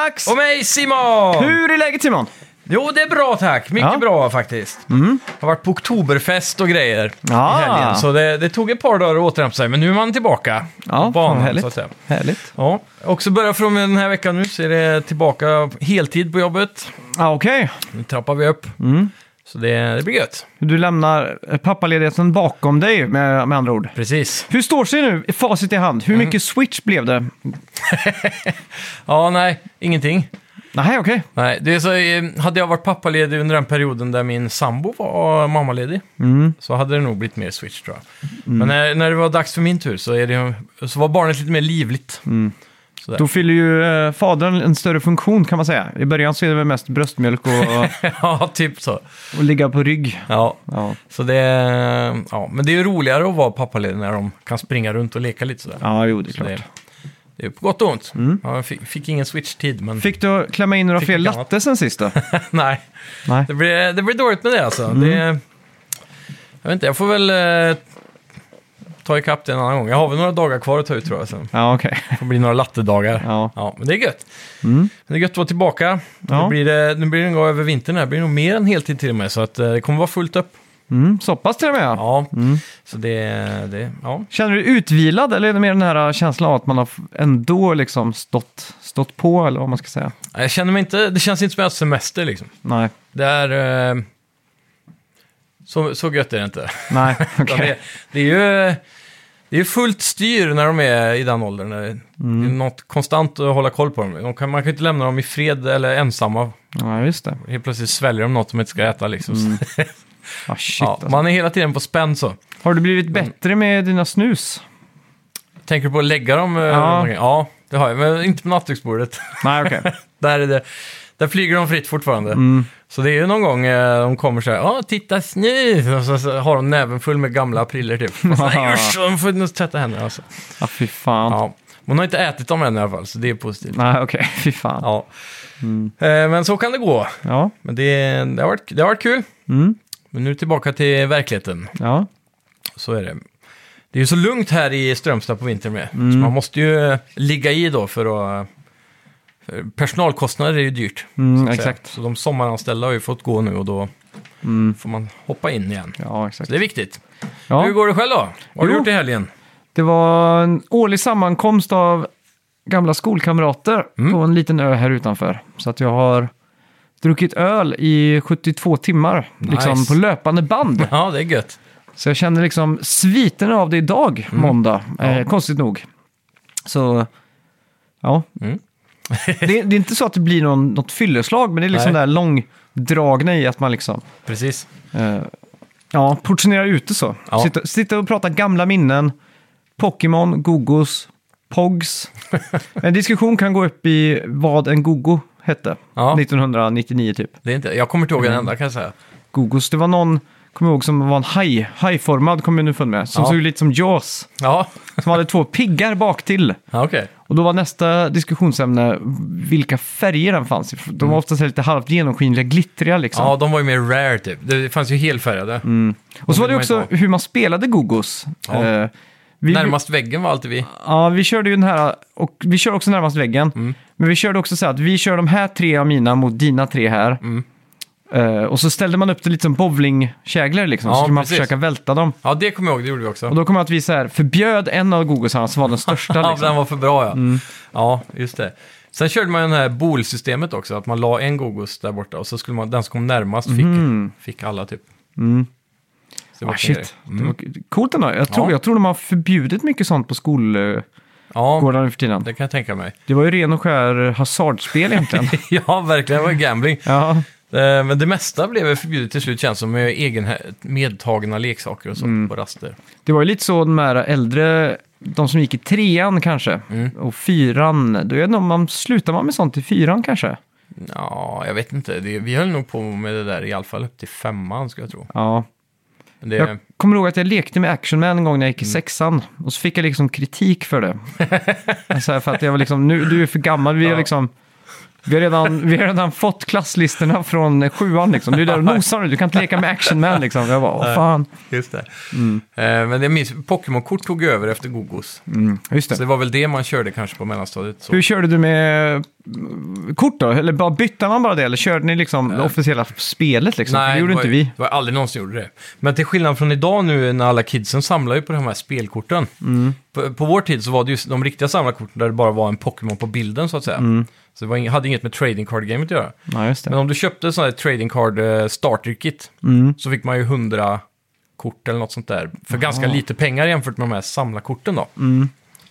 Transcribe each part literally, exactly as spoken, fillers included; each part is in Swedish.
Max! Och mig Simon! Hur är läget Simon? Jo, det är bra tack. Mycket Ja. bra faktiskt. Mm. Jag har varit på oktoberfest och grejer Ja. i helgen. Så det, det tog ett par dagar att återhämta sig. Men nu är man tillbaka Ja, på banan, härligt. så att säga. Härligt. Ja, också börjar från den här veckan nu så är det tillbaka heltid på jobbet. Ja, okej. Nu trappar vi upp. Mm. Så det, det blir gött. Du lämnar pappaledigheten bakom dig med, med andra ord. Precis. Hur står sig nu, i facit i hand? Hur mycket Switch blev det? Ja, nej, ingenting. Nej, okej. Nej, det är så, eh, hade jag varit pappaledig under den perioden där min sambo var mammaledig Mm. så hade det nog blivit mer Switch tror jag. Men när, när det var dags för min tur så, är det, så var barnet lite mer livligt. Mm. Sådär. Då fyller ju eh, fadern en större funktion kan man säga. I början så är det väl mest bröstmjölk och, Ja, typ så. och ligga på rygg. Ja, Ja, så det, ja, men det är ju roligare att vara pappaledig när de kan springa runt och leka lite sådär. ja jo, det är Så det, klart. det är på gott och ont. Mm. Ja, jag fick, fick ingen Switch-tid, men Fick du klämma in några Fick fler inget latte sen sist då? nej. Nej. Det blir, det blir dåligt med det alltså. Mm. Det, jag vet inte, jag får väl eh, ta ikapp det en annan gång. Jag har väl några dagar kvar att ta ut tror jag. Så Ja, okej. det får bli några lattedagar. Ja. Ja, men det är gött. Mm. Men det är gött att vara tillbaka. Ja. Nu blir det, nu blir det en gång över vintern här. Det blir nog mer än heltid till och med. Så att, eh, det kommer vara fullt upp. Mm, så pass till och med. Ja. Ja, Mm. så det, det ja. Känner du dig utvilad eller är det mer den här känslan av att man har ändå liksom stått, stått på eller vad man ska säga? Jag känner mig inte, det känns inte som att jag har semester liksom. Nej, Det är... Eh, så, så gött är det inte. nej, okej. Utan det, det är ju... Det är ju fullt styr när de är i den åldern. Det är Mm. något konstant att hålla koll på dem. De kan, man kan inte lämna dem i fred eller ensamma. Ja, just det. Helt plötsligt sväljer de något de inte ska äta. Liksom. Mm. Ah, shit, ja, alltså. man är hela tiden på spänn så. Har du blivit bättre med dina snus? Tänker du på att lägga dem? eh, Ja. omkring? Ja, det har jag. Men inte på nattduksbordet. Nej, okej. Där, är det, där flyger de fritt fortfarande. Mm. Så det är ju någon gång eh, de kommer så här, ja titta snus! Och så, så har de näven full med gamla apriller typ. Och så, nej usch, de får nog tvätta händerna alltså. Ah, fy fan. Ja. Hon har inte ätit dem än i alla fall, så det är positivt. Nej, okej. Fy fan. Ja. Mm. Eh, men så kan det gå. Ja. Men det, det, har, varit, det har varit kul. Mm. Men nu tillbaka till verkligheten. Ja. Så är det. Det är ju så lugnt här i Strömstad på vintern med. Mm. Så man måste ju ligga i då för att... För personalkostnader är ju dyrt. Mm, så att säga. exakt. Så de sommaranställda har ju fått gå nu och då Mm. får man hoppa in igen. Ja, Så exakt. det är viktigt. Ja. Hur går det själv då? Vad har du Jo. gjort i helgen? Det var en årlig sammankomst av gamla skolkamrater Mm. på en liten ö här utanför. Så att jag har druckit öl i sjuttiotvå timmar, liksom Nice. på löpande band. Ja, det är gött. Så jag känner liksom sviten av det idag, måndag, Mm. Ja. eh, konstigt nog. Så, ja. Mm. det, det är inte så att det blir någon, något fylleslag, men det är liksom Nej. det här långdragna i att man liksom, Precis. eh, ja, portionerar ute så. Ja. Sitta, sitta och prata gamla minnen, Pokémon, Gogos, Pogs. En diskussion kan gå upp i vad en Gogo hette, Ja. nittonhundranittionio typ. Det är inte, jag kommer inte ihåg en Mm. enda kan jag säga. Gogos, det var någon, kommer jag ihåg, som var en haj, hajformad, kom jag nu fund med, som Ja. såg lite som Jaws. Ja, Som hade två piggar bak till. ja okej. Och då var nästa diskussionsämne vilka färger den fanns i. De var oftast lite halvt genomskinliga, glittriga liksom. Ja, de var ju mer rare typ. Det fanns ju helfärgade. Mm. Och så var det vill man också inte hur man spelade Gogos. Ja. Eh, vi, Närmast väggen var alltid vi. Ja, vi körde ju den här, och vi kör också närmast väggen. Mm. Men vi körde också så här att vi kör de här tre av mina mot dina tre här. Mm. Eh, och så ställde man upp det lite som bowlingkäglor liksom. Ja, så skulle man precis. försöka välta dem. Ja, det kommer jag ihåg. Det gjorde vi också. Och då kom jag att vi så här förbjöd en av Gogosarna som var den största Ja, liksom. den var för bra ja. Mm. Ja, just det. Sen körde man ju det här bolsystemet också. Att man la en Gogos där borta och så skulle man, den som kom närmast fick, Mm. fick alla typ. Mm. Så det var Ah, en shit, grej. det Mm. var coolt ändå. Jag tror, Ja. jag tror de har förbjudit mycket sånt på skolgårdarna Ja, nu för tiden. det kan jag tänka mig. Det var ju ren och skär hasardspel egentligen. Ja, verkligen. Det var gambling. Ja, Eh, Men det mesta blev väl förbjudet till slut känns som med egen medtagna leksaker och så Mm. på raster. det var ju lite så de här äldre, de som gick i trean kanske, Mm. och fyran. Då är det nog, man slutar man med sånt i fyran kanske? Ja, jag vet inte. Det, vi höll nog på med det där i alla fall upp till femman ska jag tro. Ja. Men det, Jag kommer ihåg att jag lekte med Action Man en gång när jag gick i Mm. sexan. Och så fick jag liksom kritik för det. Alltså för att jag var liksom, nu, du är för gammal, vi har Ja. liksom... Vi har, redan, vi har redan fått klasslistorna från sjuan liksom. Du är där och nosar nu, du kan inte leka med Action Man liksom. Jag bara, åh fan. Just det. Eh, men jag minns, Pokémon-kort tog över efter Gogos. Mm, just Så det. det var väl det man körde kanske på mellanstadiet. Så. Hur körde du med kort då? Eller bara bytte man bara det? Eller körde ni liksom det officiella spelet liksom? För Nej, det gjorde det var, inte vi. det var aldrig någon som gjorde det. Men till skillnad från idag nu när alla kidsen samlar ju på de här spelkorten. Mm. På, på vår tid så var det ju de riktiga samlarkorten där det bara var en Pokémon på bilden så att säga. Mm. Så det var ing- hade inget med trading card-gamet att göra. Ja, just det. Men om du köpte sån här trading card uh, starter kit Mm. så fick man ju hundra kort eller något sånt där. För ganska lite pengar jämfört med de här samlarkorten då. Mm.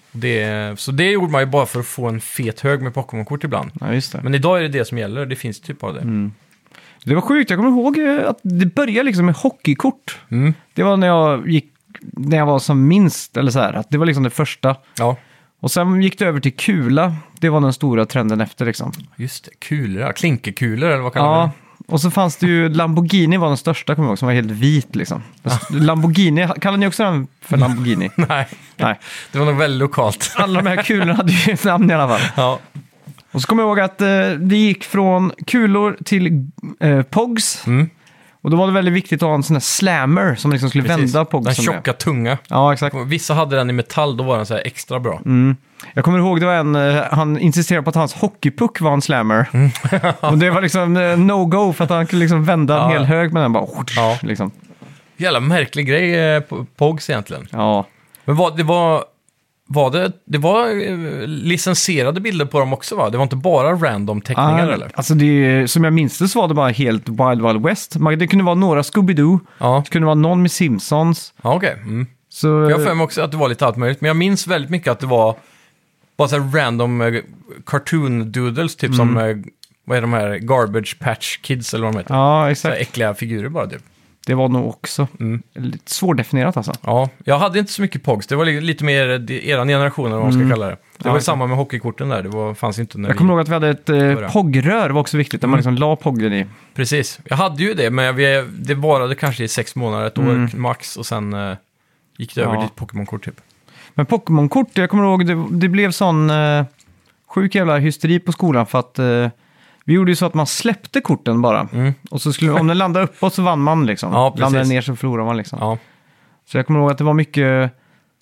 Det, så det gjorde man ju bara för att få en fet hög med Pokémon-kort ibland. Ja, just det. Men idag är det det som gäller, det finns typ av det. Mm. Det var sjukt, jag kommer ihåg eh, att det började liksom med hockeykort. Mm. Det var när jag gick, när jag var som minst, eller så här, att det var liksom det första. Ja, Och sen gick det över till kula, det var den stora trenden efter liksom. just det. Kulor, ja. Klinkerkulor eller vad kallar man Ja, och så fanns det ju, Lamborghini var den största, kommer jag ihåg, som var helt vit liksom. Lamborghini, kallar ni också den för Lamborghini? det? Nej, Nej. det var nog väldigt lokalt. Alla de här kulorna hade ju ett namn i alla fall. Ja, Och så kommer jag ihåg att eh, det gick från kulor till eh, pogs. mm. Och då var det väldigt viktigt att ha en sån här slammer som liksom skulle Precis. vända pogsen Den med. tjocka, tunga. Ja, exakt. Vissa hade den i metall, då var den så här extra bra. Mm. Jag kommer ihåg det var en, eh, han insisterade på att hans hockeypuck var en slammer. Och det var liksom eh, no-go för att han kunde liksom vända en Ja. hel hög med den bara. Ja. Liksom. Jävla märklig grej eh, på Pogs egentligen. Ja. Men vad, det var... Var det, det var eh, licensierade bilder på dem också va? Det var inte bara random teckningar Ah, eller? alltså det, som jag minns det så var det bara helt Wild Wild West. Man- Det kunde vara några Scooby-Doo, Ja, det kunde vara någon med Simpsons. ja okej. Mm. Så, Jag har för mig också att det var lite allt möjligt. Men jag minns väldigt mycket att det var bara så här random eh, cartoon doodles. Typ som, eh, vad är de här? Garbage Patch Kids eller vad de heter. ja, Så här exakt. äckliga figurer bara typ. Det var nog också Mm. lite svårdefinierat alltså. Ja, jag hade inte så mycket Pogs. Det var li- lite mer de- eran generation eller vad man ska Mm. kalla det. Det Ja, var ju exakt. samma med hockeykorten där. Det var, fanns inte när Jag vi... kommer ihåg att vi hade ett eh, Börja. poggrör, det var också viktigt, där man liksom la poggen i. Precis. Jag hade ju det, men jag, vi- det varade kanske i sex månader, ett år Mm. max. Och sen eh, gick det över Ja. till Pokémon-kort typ. Men Pokémon-kort, jag kommer ihåg, det, det blev sån eh, sjuk jävla hysteri på skolan för att eh, vi gjorde ju så att man släppte korten bara. Mm. Och så skulle, om den landade uppåt så vann man liksom. Ja, precis. Landade den ner så förlorade man liksom. Ja, Så jag kommer ihåg att det var mycket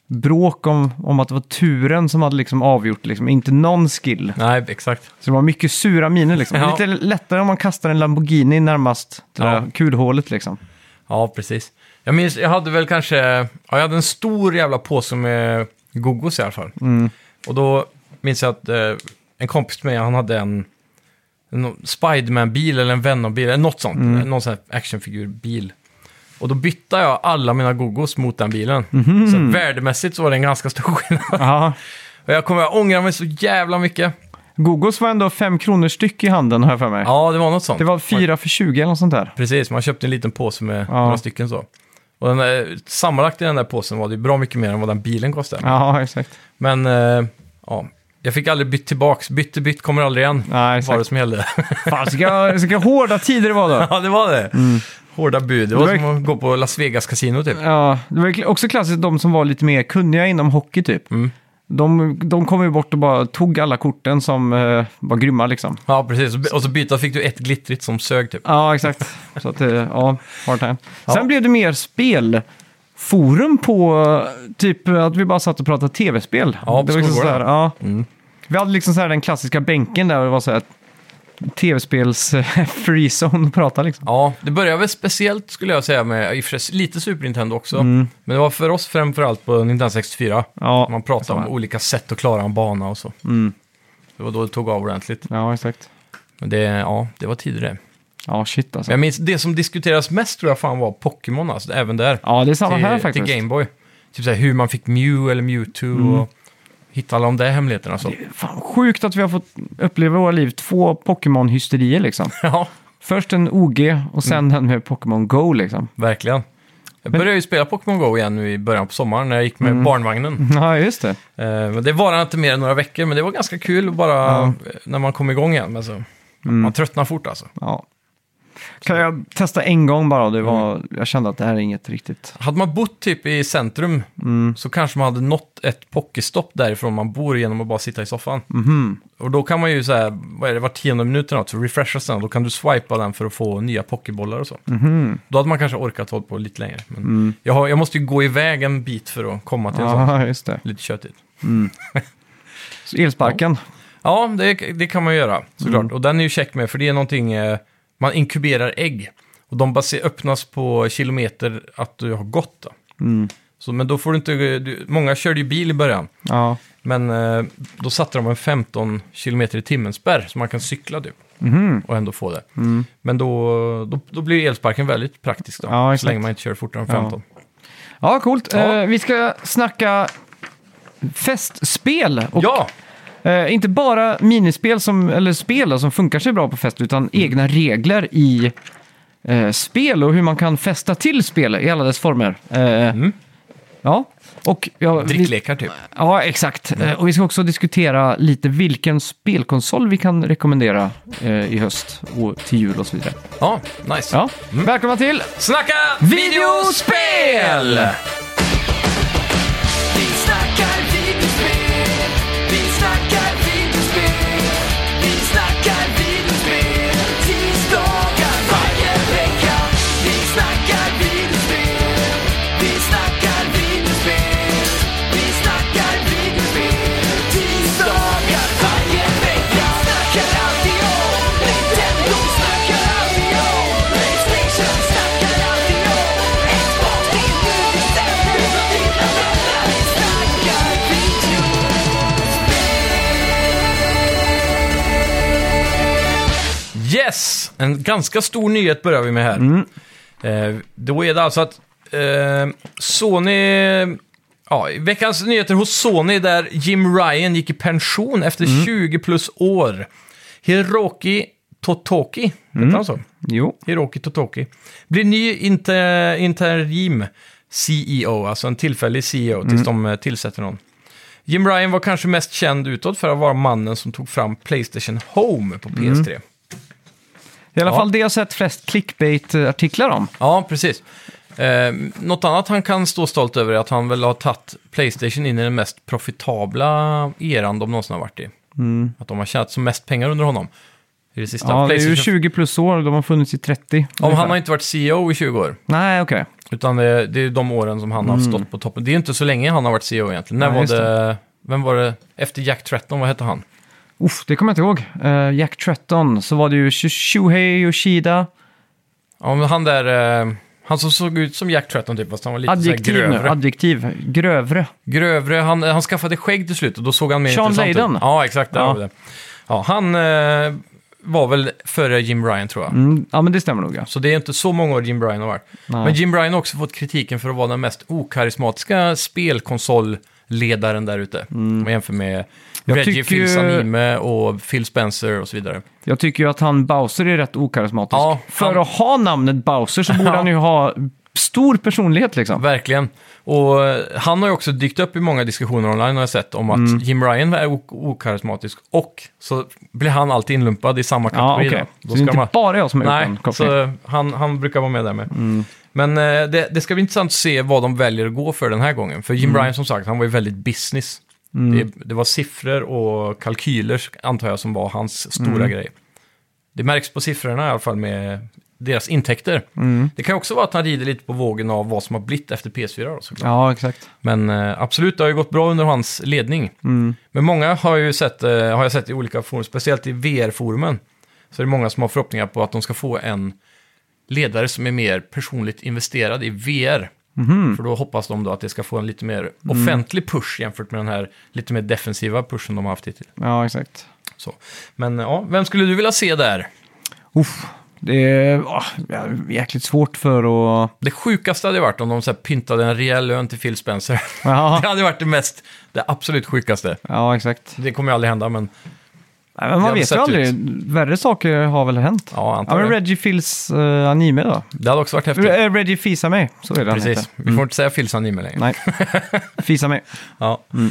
bråk om, om att det var turen som hade liksom avgjort, liksom, inte någon skill. nej, exakt. Så det var mycket sura miner liksom. Ja. Lite lättare om man kastar en Lamborghini närmast det Ja. där kulhålet liksom. Ja, precis. Jag minns, jag hade väl kanske... Ja, jag hade en stor jävla påse med Gogos i alla fall. Mm. Och då minns jag att eh, en kompis med mig, han hade en, en Spiderman-bil eller en Venom-bil, eller något sånt. Mm. Någon sån här actionfigur-bil. Och då bytte jag alla mina Gogos mot den bilen. Mhm. Så värdemässigt så var det en ganska stor skillnad. Ja. Och jag kommer att ångra mig så jävla mycket. Gogos var ändå fem kronor styck i handeln, har jag för mig. Ja, det var något sånt. Det var fyra för tjugo eller något sånt där. Precis, man köpte en liten påse med Ja. några stycken så. Och den där, sammanlagt i den där påsen var det bra mycket mer än vad den bilen kostade. Ja, exakt. Men eh, ja, jag fick aldrig bytt tillbaks. Bytte bytt kommer aldrig igen. Nej, Var det exakt. som gällde. Fan, vilka, vilka hårda tider det var då. Ja, det var det. Hårda bud. Det Det var var- som att gå på Las Vegas Casino typ. Ja, det var ju också klassiskt de som var lite mer kunniga inom hockey typ. Mm. De, de kom ju bort och bara tog alla korten som eh, var grymma liksom. Ja, precis. Och by- Och så byta fick du ett glittrigt som sög typ. Ja, exakt. Så att, eh, ja, hard time. Ja. Sen blev det mer spelforum på eh, typ att vi bara satt och pratade tv-spel. Ja, på det var liksom så här, skolgården. ja. Mm. Vi hade liksom så här den klassiska bänken där det var så här tv-spels eh, free zone att prata liksom. Ja, det började väl speciellt skulle jag säga med i och för sig lite Super Nintendo också. Mm. Men det var för oss framförallt på Nintendo sextiofyra. Ja, Man pratade om samma. olika sätt att klara en bana och så. Mm. Det var då det tog av ordentligt. Ja, exakt. Men det, ja, det var tidigare. Ja, shit alltså. Men jag minns, det som diskuteras mest tror jag fan var Pokémon, alltså, även där. Ja, det är samma här till, faktiskt. till Game Boy. Typ såhär, hur man fick Mew eller Mewtwo Mm. och hitta alla de där hemligheterna. Så. Fan, sjukt att vi har fått uppleva i våra liv två Pokémon-hysterier liksom. Ja, Först en O G och sen Mm. den med Pokémon Go liksom. verkligen. Jag Men- började ju spela Pokémon Go igen nu i början på sommaren när jag gick med Mm. barnvagnen. Ja, just det. Eh, men det var inte mer än några veckor, men det var ganska kul bara Ja. eh, när man kom igång igen. Men så, Mm. Man tröttnar fort alltså. Ja. Kan jag testa en gång bara? Det var, Jag kände att det här är inget riktigt. Hade man bott typ i centrum Mm. så kanske man hade nått ett pokéstopp därifrån man bor genom att bara sitta i soffan. Mhm. Och då kan man ju så här, vad är det, var tionde minut eller något, så refreshas den. Då kan du swipa den för att få nya pokébollar och så. Mhm. Då hade man kanske orkat hålla på lite längre. Men Mm. jag, har, jag måste ju gå iväg en bit för att komma till en sån. Ja, just det. Lite köttigt. Mm. Så elsparken. Ja, det, det kan man göra såklart. Mm. Och den är ju check med, för det är någonting, eh, man inkuberar ägg. Och de baser, öppnas på kilometer att du har gått då. Mm. Så, men då får du inte, du, många körde ju bil i början. Ja. Men eh, då satte de en femton kilometer i timmen spärr så man kan cykla typ. Mm. Och ändå få det. Mm. Men då, då, då blir elsparken väldigt praktisk då. Ja, så länge man inte kör fortare än femton. Ja, ja coolt. Ja. Eh, vi ska snacka festspel. Och, ja! eh, inte bara minispel som, eller spel som funkar sig bra på fest, utan mm. egna regler i eh, spel och hur man kan festa till spel i alla dess former. Eh, mm. Ja. Och, ja, Dricklekar typ. Ja, exakt. Mm. Och vi ska också diskutera lite vilken spelkonsol vi kan rekommendera eh, i höst och till jul och så vidare. Ja, nice. Ja. Mm. Välkomna till Snacka videospel! Vi snackar videospel, vi snackar videospel, vi snackar videospel, tisdagar varje vecka. Vi snackar videospel, vi snackar videospel, vi snackar videospel, tisdagar varje vecka. Snackar alltid om Nintendo, snackar alltid om PlayStation, snackar alltid om Xbox, din huvudstäder och dina vänner. Vi snackar videospel. Yes! En ganska stor nyhet börjar vi med här. Mm. Eh, då är det alltså att eh, Sony... Ja, veckans nyheter hos Sony där Jim Ryan gick i pension efter mm. tjugo plus år. Hiroki Totoki, mm. heter han så? Jo. Hiroki Totoki. Blir ny inter, interim C E O, alltså en tillfällig C E O tills mm. de tillsätter någon. Jim Ryan var kanske mest känd utåt för att vara mannen som tog fram PlayStation Home på P S tre. Mm. I alla ja. fall det jag sett flest clickbait-artiklar om. Ja, precis. Eh, något annat han kan stå stolt över är att han väl har tagit PlayStation in i den mest profitabla eran de någonsin har varit i. Mm. Att de har tjänat som mest pengar under honom. I det sista. Ja, det är ju tjugo plus år, de har funnits i trettio. Om han har inte varit C E O i tjugo år. Nej, okej. Okay. Utan det, det är de åren som han mm. har stått på toppen. Det är inte så länge han har varit C E O egentligen. När Nej, var det, det, vem var det? Efter Jack Tretton, vad hette han? Uff, det kommer jag inte ihåg. Uh, Jack Tretton, så var det ju Shuhei Yoshida. Ja, men han där... Uh, han som såg ut som Jack Tretton typ, fast han var lite adjektiv så här grövre. Nu, adjektiv, grövre. Grövre, han, han skaffade skägg till slut och då såg han mer Sean intressant Layden. ut. Ja, exakt. Ja. Det. Ja, han uh, var väl före Jim Ryan, tror jag. Mm, ja, men det stämmer nog. Ja. Så det är inte så många år Jim Ryan har varit. Nej. Men Jim Ryan har också fått kritiken för att vara den mest okarismatiska spelkonsolledaren där ute. Mm. Om man jämför med jag Reggie Fils-Anime och Phil Spencer och så vidare. Jag tycker ju att han Bowser är rätt okarismatisk. Ja, för han... att ha namnet Bowser så borde han ju ha stor personlighet liksom. Verkligen. Och han har ju också dykt upp i många diskussioner online har jag sett om att mm. Jim Ryan är ok- okarismatisk och så blir han alltid inlumpad i samma kategori. Ja, okay. Då så det är inte man... bara jag som är Nej, utan så han, han brukar vara med där med. Mm. Men eh, det, det ska bli intressant att se vad de väljer att gå för den här gången. För Jim mm. Ryan som sagt, han var ju väldigt business. Mm. Det, det var siffror och kalkyler antar jag som var hans stora mm. grej. Det märks på siffrorna i alla fall med deras intäkter. Mm. Det kan också vara att han rider lite på vågen av vad som har blivit efter P S fyra. Då, såklart. Ja, exakt. Men eh, absolut, det har ju gått bra under hans ledning. Mm. Men många har ju sett, eh, har jag sett i olika forum, speciellt i V R-forumen. Så är det många som har förhoppningar på att de ska få en ledare som är mer personligt investerad i V R. Mm. För då hoppas de då att det ska få en lite mer mm. offentlig push jämfört med den här lite mer defensiva pushen de har haft hittills. Ja, exakt. Så. Men ja, vem skulle du vilja se där? Uff, det är åh, jäkligt svårt för att... Det sjukaste hade varit om de så här pyntade en rejäl lön till Phil Spencer. Ja. Det hade varit det mest, det absolut sjukaste. Ja, exakt. Det kommer ju aldrig hända, men... Nej, men man vet ju aldrig. Ut. Värre saker har väl hänt. Ja, antar ja, men Reggie Fils uh, anime då. Det hade också varit häftigt. Re- Reggie Fisa mig, så är det. Precis, vi får mm. inte säga Fils anime längre. Nej, Fisa mig. Ja, mm.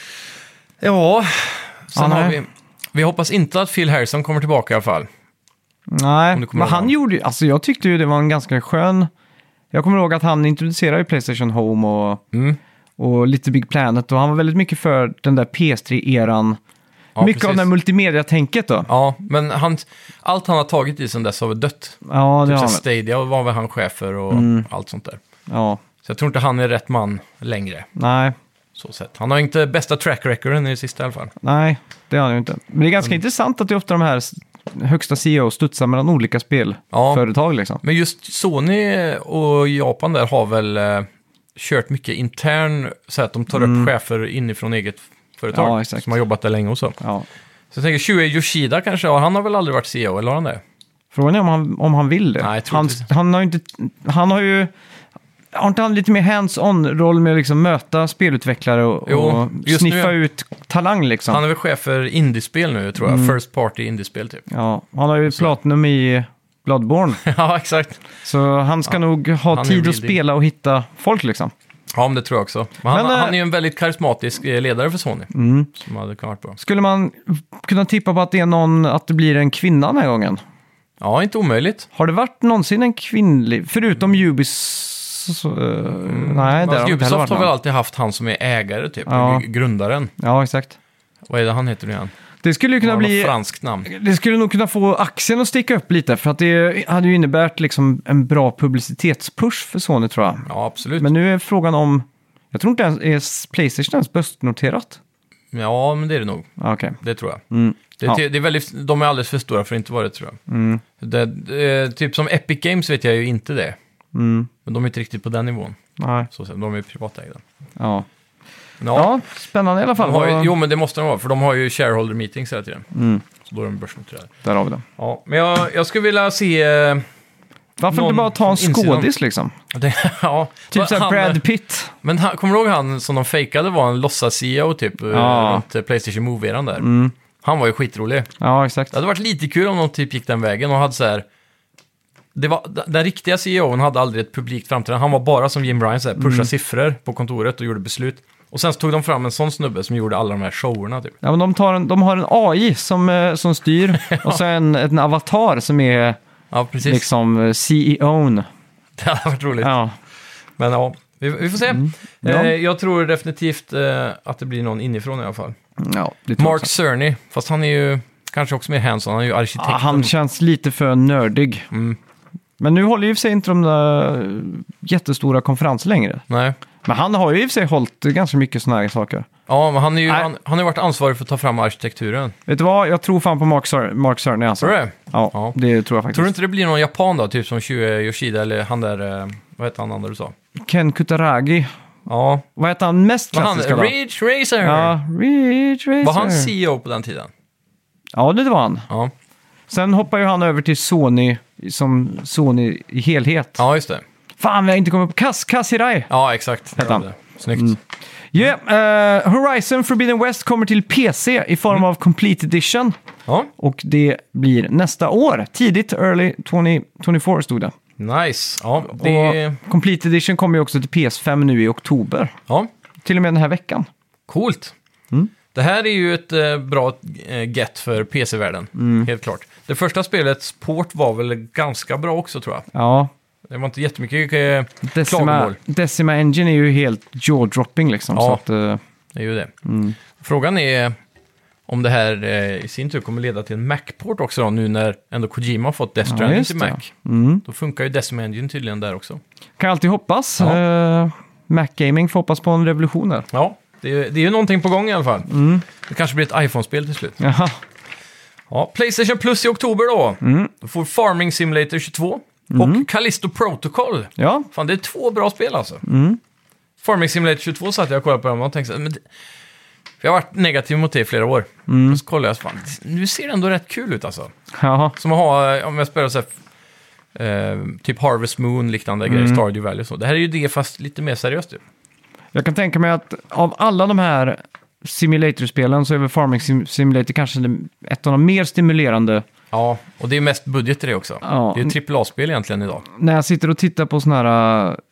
ja sen ja, har vi... Vi hoppas inte att Phil Harrison kommer tillbaka i alla fall. Nej, men han gjorde ju... Alltså jag tyckte ju det var en ganska skön... Jag kommer ihåg att han introducerade ju PlayStation Home och, mm. och lite Big Planet. Och han var väldigt mycket för den där P S tre-eran. Ja, mycket precis. Av det multimedia-tänket då. Ja, men han, allt han har tagit i sen dess har väl dött. Ja, det typ har Stadia och var väl han chef för och mm. allt sånt där. Ja. Så jag tror inte han är rätt man längre. Nej. Så sett. Han har inte bästa track recorden i det sista i alla fall. Nej, det har han ju inte. Men det är ganska mm. intressant att det är ofta de här högsta C E O studsar mellan olika spelföretag. Ja. Liksom. Men just Sony och Japan där har väl eh, kört mycket intern, så att de tar mm. upp chefer inifrån eget företag. Ja, exakt. Som har jobbat där länge och så. Ja. Så jag tänker, Shuei Yoshida kanske, han har väl aldrig varit C E O, eller har han det? Frågan är om han, om han vill det. Nej, jag tror han, inte. han har ju inte... Han har ju... Har inte han lite mer hands-on-roll med att liksom möta spelutvecklare och, jo, och sniffa nu, ut talang liksom? Han är väl chef för indiespel nu, tror jag. Mm. First party indiespel typ. Ja, han har ju så. Platinum i Bloodborne. Ja, exakt. Så han ska ja. nog ha han tid att spela och hitta folk liksom. Ja, men det tror jag också. Men han, men, han är ju en väldigt karismatisk ledare för Sony. Mm. Som hade kunnat bra. Skulle man kunna tippa på att det är någon, att det blir en kvinna den här gången? Ja, inte omöjligt. Har det varit någonsin en kvinnlig, förutom Ubis? Så, uh, mm. Nej, det har Ubisoft har väl alltid haft han som är ägare, typ, ja. grundaren. Ja, exakt. Vad är det han heter nu igen? Det skulle ju kunna bli... franskt namn. Det skulle nog kunna få aktien att sticka upp lite, för att det hade ju innebärt liksom en bra publicitetspush för Sony, tror jag. Ja, absolut. Men nu är frågan om... Jag tror inte ens är PlayStation ens börsnoterat. Ja, men det är det nog. Okay. Det tror jag. Mm. Det, ja. det är väldigt, de är alldeles för stora för att inte vara det, tror jag. Mm. Det, det, typ som Epic Games vet jag ju inte det. Mm. Men de är inte riktigt på den nivån. Nej. Så de är privatägda. Ja. Ja. Ja, spännande i alla fall. De har ju, jo, men det måste de vara, för de har ju shareholder meetings hela tiden. Mm. Så då är de börsnoterade. Där har vi det. Ja, men jag, jag skulle vilja se... Eh, Varför inte bara ta en skådis liksom? Det, ja. Typ såhär Brad Pitt. Men han, kommer du ihåg han som de fejkade var en låtsas-C E O typ ja. runt PlayStation Move-eran där? Mm. Han var ju skitrolig. Ja, exakt. Det hade varit lite kul om de typ gick den vägen och hade så här... Det var, den riktiga C E O:n hade aldrig ett publikt framträdande. Han var bara som Jim Ryan, så här, pushade mm. siffror på kontoret och gjorde beslut. Och sen så tog de fram en sån snubbe som gjorde alla de här showerna. Typ. Ja, men de, tar en, de har en A I som, som styr ja. och sen en avatar som är ja, precis. liksom C E O:n. Det hade varit roligt. Ja. Men ja, vi, vi får se. Mm. Ja. Eh, jag tror definitivt eh, att det blir någon inifrån i alla fall. Ja, Mark Cerny, fast han är ju kanske också mer hands-on, han är ju arkitekt. Ja, han känns lite för nördig. Mm. Men nu håller ju för sig inte de där jättestora konferenser längre. Nej. Men han har ju i och för sig hållit ganska mycket såna här saker. Ja, men han, är ju, han, han har varit ansvarig för att ta fram arkitekturen. Vet du vad? Jag tror fan på Mark, Cer- Mark Cerny. Alltså. Tror du det? Ja, ja, det tror jag faktiskt. Tror du inte det blir någon japan då? Typ som Shuei Yoshida eller han där, vad heter han andra du sa? Ken Kutaragi. Ja. Vad heter han mest klassiska då? Ridge Racer. Ja, Ridge Racer. Var han C E O på den tiden? Ja, det var han. Ja. Sen hoppar ju han över till Sony som Sony i helhet. Ja, just det. Fan, vi har inte kommit på Kaz, Kaz Hirai. Ja, exakt. Heter han. Det. Snyggt. Mm. Yeah, uh, Horizon Forbidden West kommer till P C i form mm. av Complete Edition. Ja. Och det blir nästa år. Tidigt, early tjugo tjugofyra stod det. Nice. Ja, det... Och Complete Edition kommer ju också till P S fem nu i oktober. Ja. Till och med den här veckan. Coolt. Mm. Det här är ju ett eh, bra eh, get för P C-världen, mm. helt klart. Det första spelets port var väl ganska bra också, tror jag. Ja. Det var inte jättemycket eh, Decima, klagomål. Decima Engine är ju helt jaw-dropping liksom. Ja, så att, uh... det är ju det. Mm. Frågan är om det här eh, i sin tur kommer leda till en Mac-port också då, nu när ändå Kojima har fått Death Stranding ja, till Mac. Mm. Då funkar ju Decima Engine tydligen där också. Kan alltid hoppas. Ja. Uh, Mac Gaming får hoppas på en revolution där. Ja. Det är, det är ju någonting på gång i alla fall. Mm. Det kanske blir ett iPhone-spel till slut. Jaha. Ja, PlayStation Plus i oktober då. Mm. Då får Farming Simulator tjugotvå mm. och Callisto Protocol. Ja. Fan, det är två bra spel alltså. Mm. Farming Simulator tjugotvå satt jag och kollade på dem och tänkte så, men det, jag har varit negativ mot det i flera år. Mm. Och så kollade jag så fan, nu ser det ändå rätt kul ut alltså. Jaha. Som att ha, om jag spelar så här, eh, typ Harvest Moon, liknande mm. grejer, Stardew Valley och så. Det här är ju det fast lite mer seriöst typ. Jag kan tänka mig att av alla de här simulatorspelen så är väl Farming Sim- Simulator kanske ett av de mer stimulerande. Ja, och det är mest budget i det också. Ja. Det är ett trippel A-spel egentligen idag. När jag sitter och tittar på sån här uh,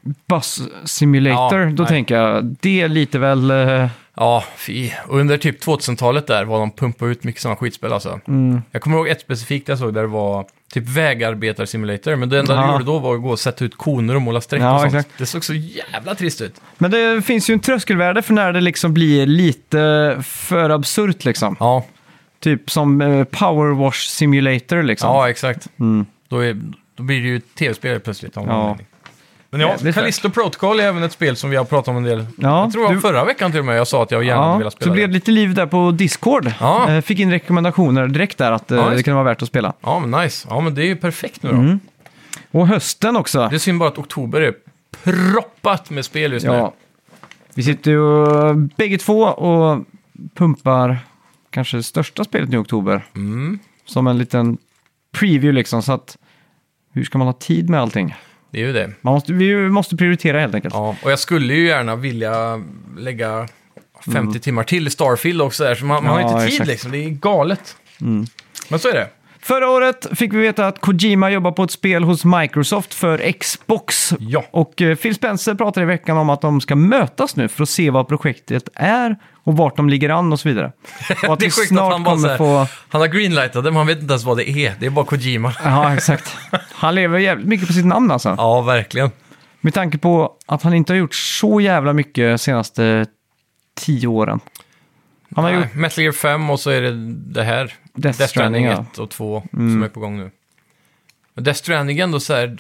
Bus Simulator, ja, då nej. tänker jag, det är lite väl... Uh... Ja, fy. Och under typ tvåtusentalet där var de pumpade ut mycket sådana skitspel alltså. Mm. Jag kommer ihåg ett specifikt jag såg där det var typ vägarbetarsimulator. Men det enda ja. du gjorde då var att gå och sätta ut koner och måla streck ja, och sånt. Exakt. Det såg så jävla trist ut. Men det finns ju en tröskelvärde för när det liksom blir lite för absurt liksom. Ja. Typ som uh, Power Wash Simulator liksom. Ja, exakt. Mm. Då, är, då blir det ju tv-spel plötsligt. Ja. Men ja, Callisto Protocol är även ett spel som vi har pratat om en del. Ja, jag tror du... förra veckan till och med jag sa att jag gärna ja, ville spela. Så blev det lite liv där på Discord. Ja. Fick in rekommendationer direkt där att ja, det kan vara värt att spela. Ja, men nice. Ja, men det är ju perfekt nu då. Mm. Och hösten också. Det är synd bara att oktober är proppat med spel just ja. nu. Vi sitter ju bägge två och pumpar kanske det största spelet nu i oktober. Mm. Som en liten preview liksom, så att hur ska man ha tid med allting? Det är ju det. Man måste, vi måste prioritera helt enkelt. Ja, och jag skulle ju gärna vilja lägga femtio mm. timmar till i Starfield också där, så man, man ja, har inte tid exakt. liksom, det är galet. Mm. Men så är det. Förra året fick vi veta att Kojima jobbar på ett spel hos Microsoft för Xbox. Ja. Och uh, Phil Spencer pratade i veckan om att de ska mötas nu för att se vad projektet är och vart de ligger an och så vidare. Och att det är sjukt att han bara kommer få... Han har greenlightat det, men han vet inte ens vad det är. Det är bara Kojima. Ja, exakt. Han lever jävligt mycket på sitt namn alltså. Ja, verkligen. Med tanke på att han inte har gjort så jävla mycket de senaste tio åren. Han har Nej, gjort... Metal Gear fem och så är det det här. Death, Death Stranding ett ja. och två mm. som är på gång nu. Men Death Stranding ändå så här...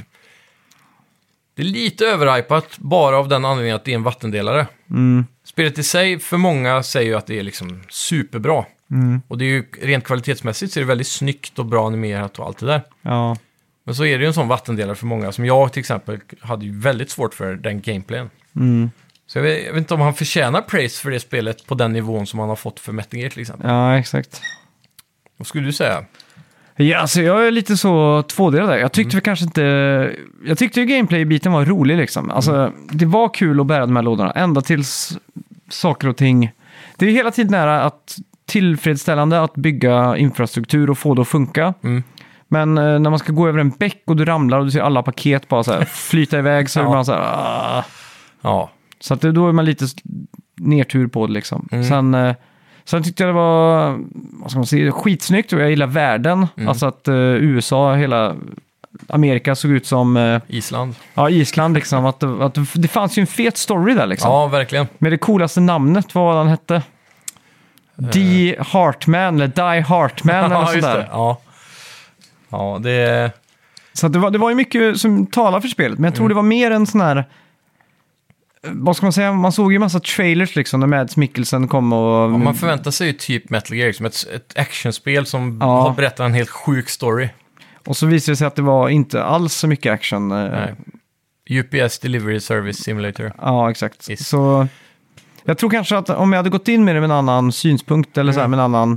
Det är lite överhypat bara av den anledningen att det är en vattendelare. Mm. Spelet i sig, för många säger ju att det är liksom superbra. Mm. Och det är ju rent kvalitetsmässigt så är det väldigt snyggt och bra animerat och allt det där. Ja. Men så är det ju en sån vattendelare för många. Som jag till exempel hade ju väldigt svårt för den gameplayen. Mm. Så jag vet, jag vet inte om han förtjänar praise för det spelet på den nivån som han har fått för Metal Gear till exempel. Ja, exakt. Vad skulle du säga? Ja, alltså jag är lite så tvådelad där. Jag tyckte mm. kanske inte... Jag tyckte ju gameplay-biten var rolig liksom. Alltså, mm. det var kul att bära de här lådorna. Ända tills saker och ting... Det är ju hela tiden nära att tillfredsställande att bygga infrastruktur och få det att funka. Mm. Men eh, när man ska gå över en bäck och du ramlar och du ser alla paket bara så här flyta iväg så ja. är man så här... Ah. Ja. Så att det, då är man lite nertur på det liksom. Mm. Sen... Eh, Sen tyckte jag det var, vad ska man säga, skitsnyggt och jag gillar världen. Mm. Alltså att uh, U S A, hela Amerika såg ut som... Uh, Island. Ja, Island liksom. att, att det fanns ju en fet story där liksom. Ja, verkligen. Med det coolaste namnet, vad han hette? Uh. D. Hartman, eller Die Hartman eller ja, sådär. Det. Ja, ja det... Så det var, det var ju mycket som talar för spelet. Men jag tror mm. det var mer en sån här... Vad ska man säga? Man såg ju massa trailers liksom när Mads Mikkelsen kom och... Ja, man förväntar sig ju typ Metal Gear som ett, ett actionspel som ja. har berättat en helt sjuk story. Och så visade det sig att det var inte alls så mycket action. Nej. U P S Delivery Service Simulator. Ja, exakt. Yes. Så jag tror kanske att om jag hade gått in med det med en annan synpunkt eller mm. så här, med en annan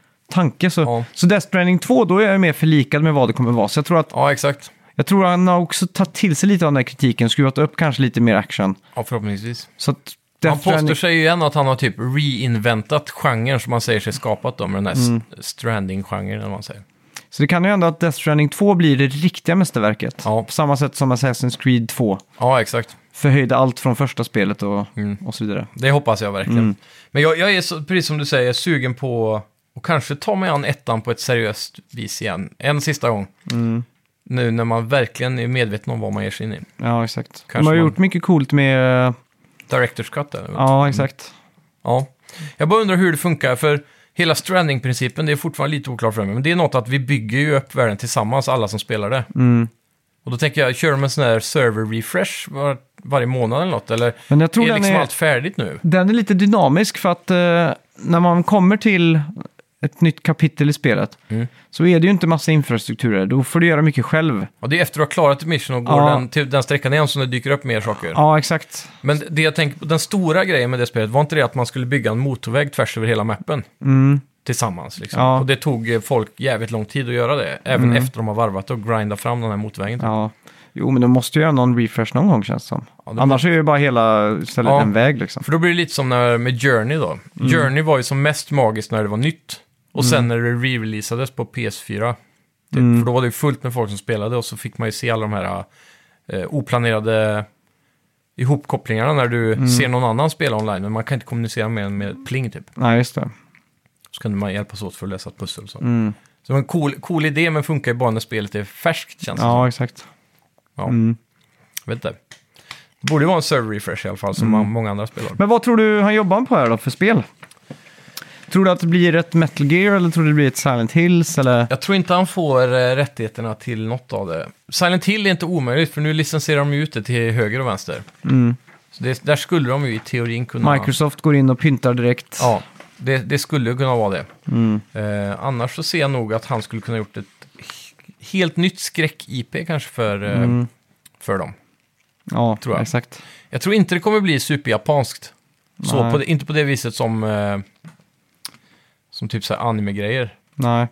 tanke så... Ja. Så Death Stranding två, då är jag mer förlikad med vad det kommer vara. Så jag tror att... Ja, exakt. Jag tror han har också tagit till sig lite av den här kritiken, skruvat upp kanske lite mer action. Ja, förhoppningsvis. Så att han påstår Stranding... sig ju igen att han har typ reinventat genren som man säger sig skapat då, med den här mm. Stranding-genren, om man säger. Så det kan ju ändå att Death Stranding två blir det riktiga mästerverket. Ja. På samma sätt som Assassin's Creed två. Ja, exakt. Förhöjde allt från första spelet och, mm. och så vidare. Det hoppas jag verkligen. Mm. Men jag, jag är, så, precis som du säger, sugen på att kanske ta mig an ettan på ett seriöst vis igen. En sista gång. Mm. Nu när man verkligen är medveten om vad man ger sig in i. Ja, exakt. Kanske de har man... gjort mycket coolt med... Director's Cut, eller? Ja, exakt. Ja. Jag bara undrar hur det funkar, för hela Stranding-principen, det är fortfarande lite oklart för mig. Men det är något att vi bygger ju upp världen tillsammans, alla som spelar det. Mm. Och då tänker jag, kör de en sån här server-refresh var, varje månad eller något? Eller Men jag tror är liksom är, allt färdigt nu? Den är lite dynamisk för att eh, när man kommer till... ett nytt kapitel i spelet, mm. så är det ju inte massa infrastrukturer. Då får du göra mycket själv. Ja, det är efter att ha klarat ett mission och går ja. den, till den sträckan igen som det dyker upp mer saker. Ja, exakt. Men det jag tänker på, den stora grejen med det spelet var inte det att man skulle bygga en motorväg tvärs över hela mappen mm. tillsammans. Liksom. Ja. Och det tog folk jävligt lång tid att göra det, även mm. efter de har varvat och grindat fram den här motorvägen. Typ. Ja. Jo, men de måste ju göra någon refresh någon gång, känns det som. Ja, det Annars är ju bara hela stället ja. en väg. Liksom. För då blir det lite som när, med Journey då. Mm. Journey var ju som mest magiskt när det var nytt. Och sen mm. när det re-releasades på P S fyra. Det, mm. För då var det ju fullt med folk som spelade och så fick man ju se alla de här eh, oplanerade ihopkopplingarna när du mm. ser någon annan spela online. Men man kan inte kommunicera med med pling typ. Nej, just det. Så kan man hjälpas åt för att lösa ett pussel. Så, mm. så det var en cool, cool idé, men funkar ju bara när spelet är färskt, känns det Ja, som. exakt. Ja, mm. jag vet inte. Det borde ju vara en server refresh i alla fall, som mm. många andra spelar. Men vad tror du han jobbar på här då för spel? Tror du att det blir ett Metal Gear eller tror du det blir ett Silent Hills? Eller? Jag tror inte han får eh, rättigheterna till något av det. Silent Hill är inte omöjligt, för nu licensierar de ut det till höger och vänster. Mm. Så det, där skulle de ju i teorin kunna... Microsoft går in och pyntar direkt. Ja, det, det skulle kunna vara det. Mm. Eh, annars så ser jag nog att han skulle kunna gjort ett helt nytt skräck-I P kanske för, eh, Mm. för dem. Ja, tror jag. exakt. Jag tror inte det kommer bli superjapanskt. Så Nej. på det, inte på det viset som, eh, som typ så här anime-grejer. Nej.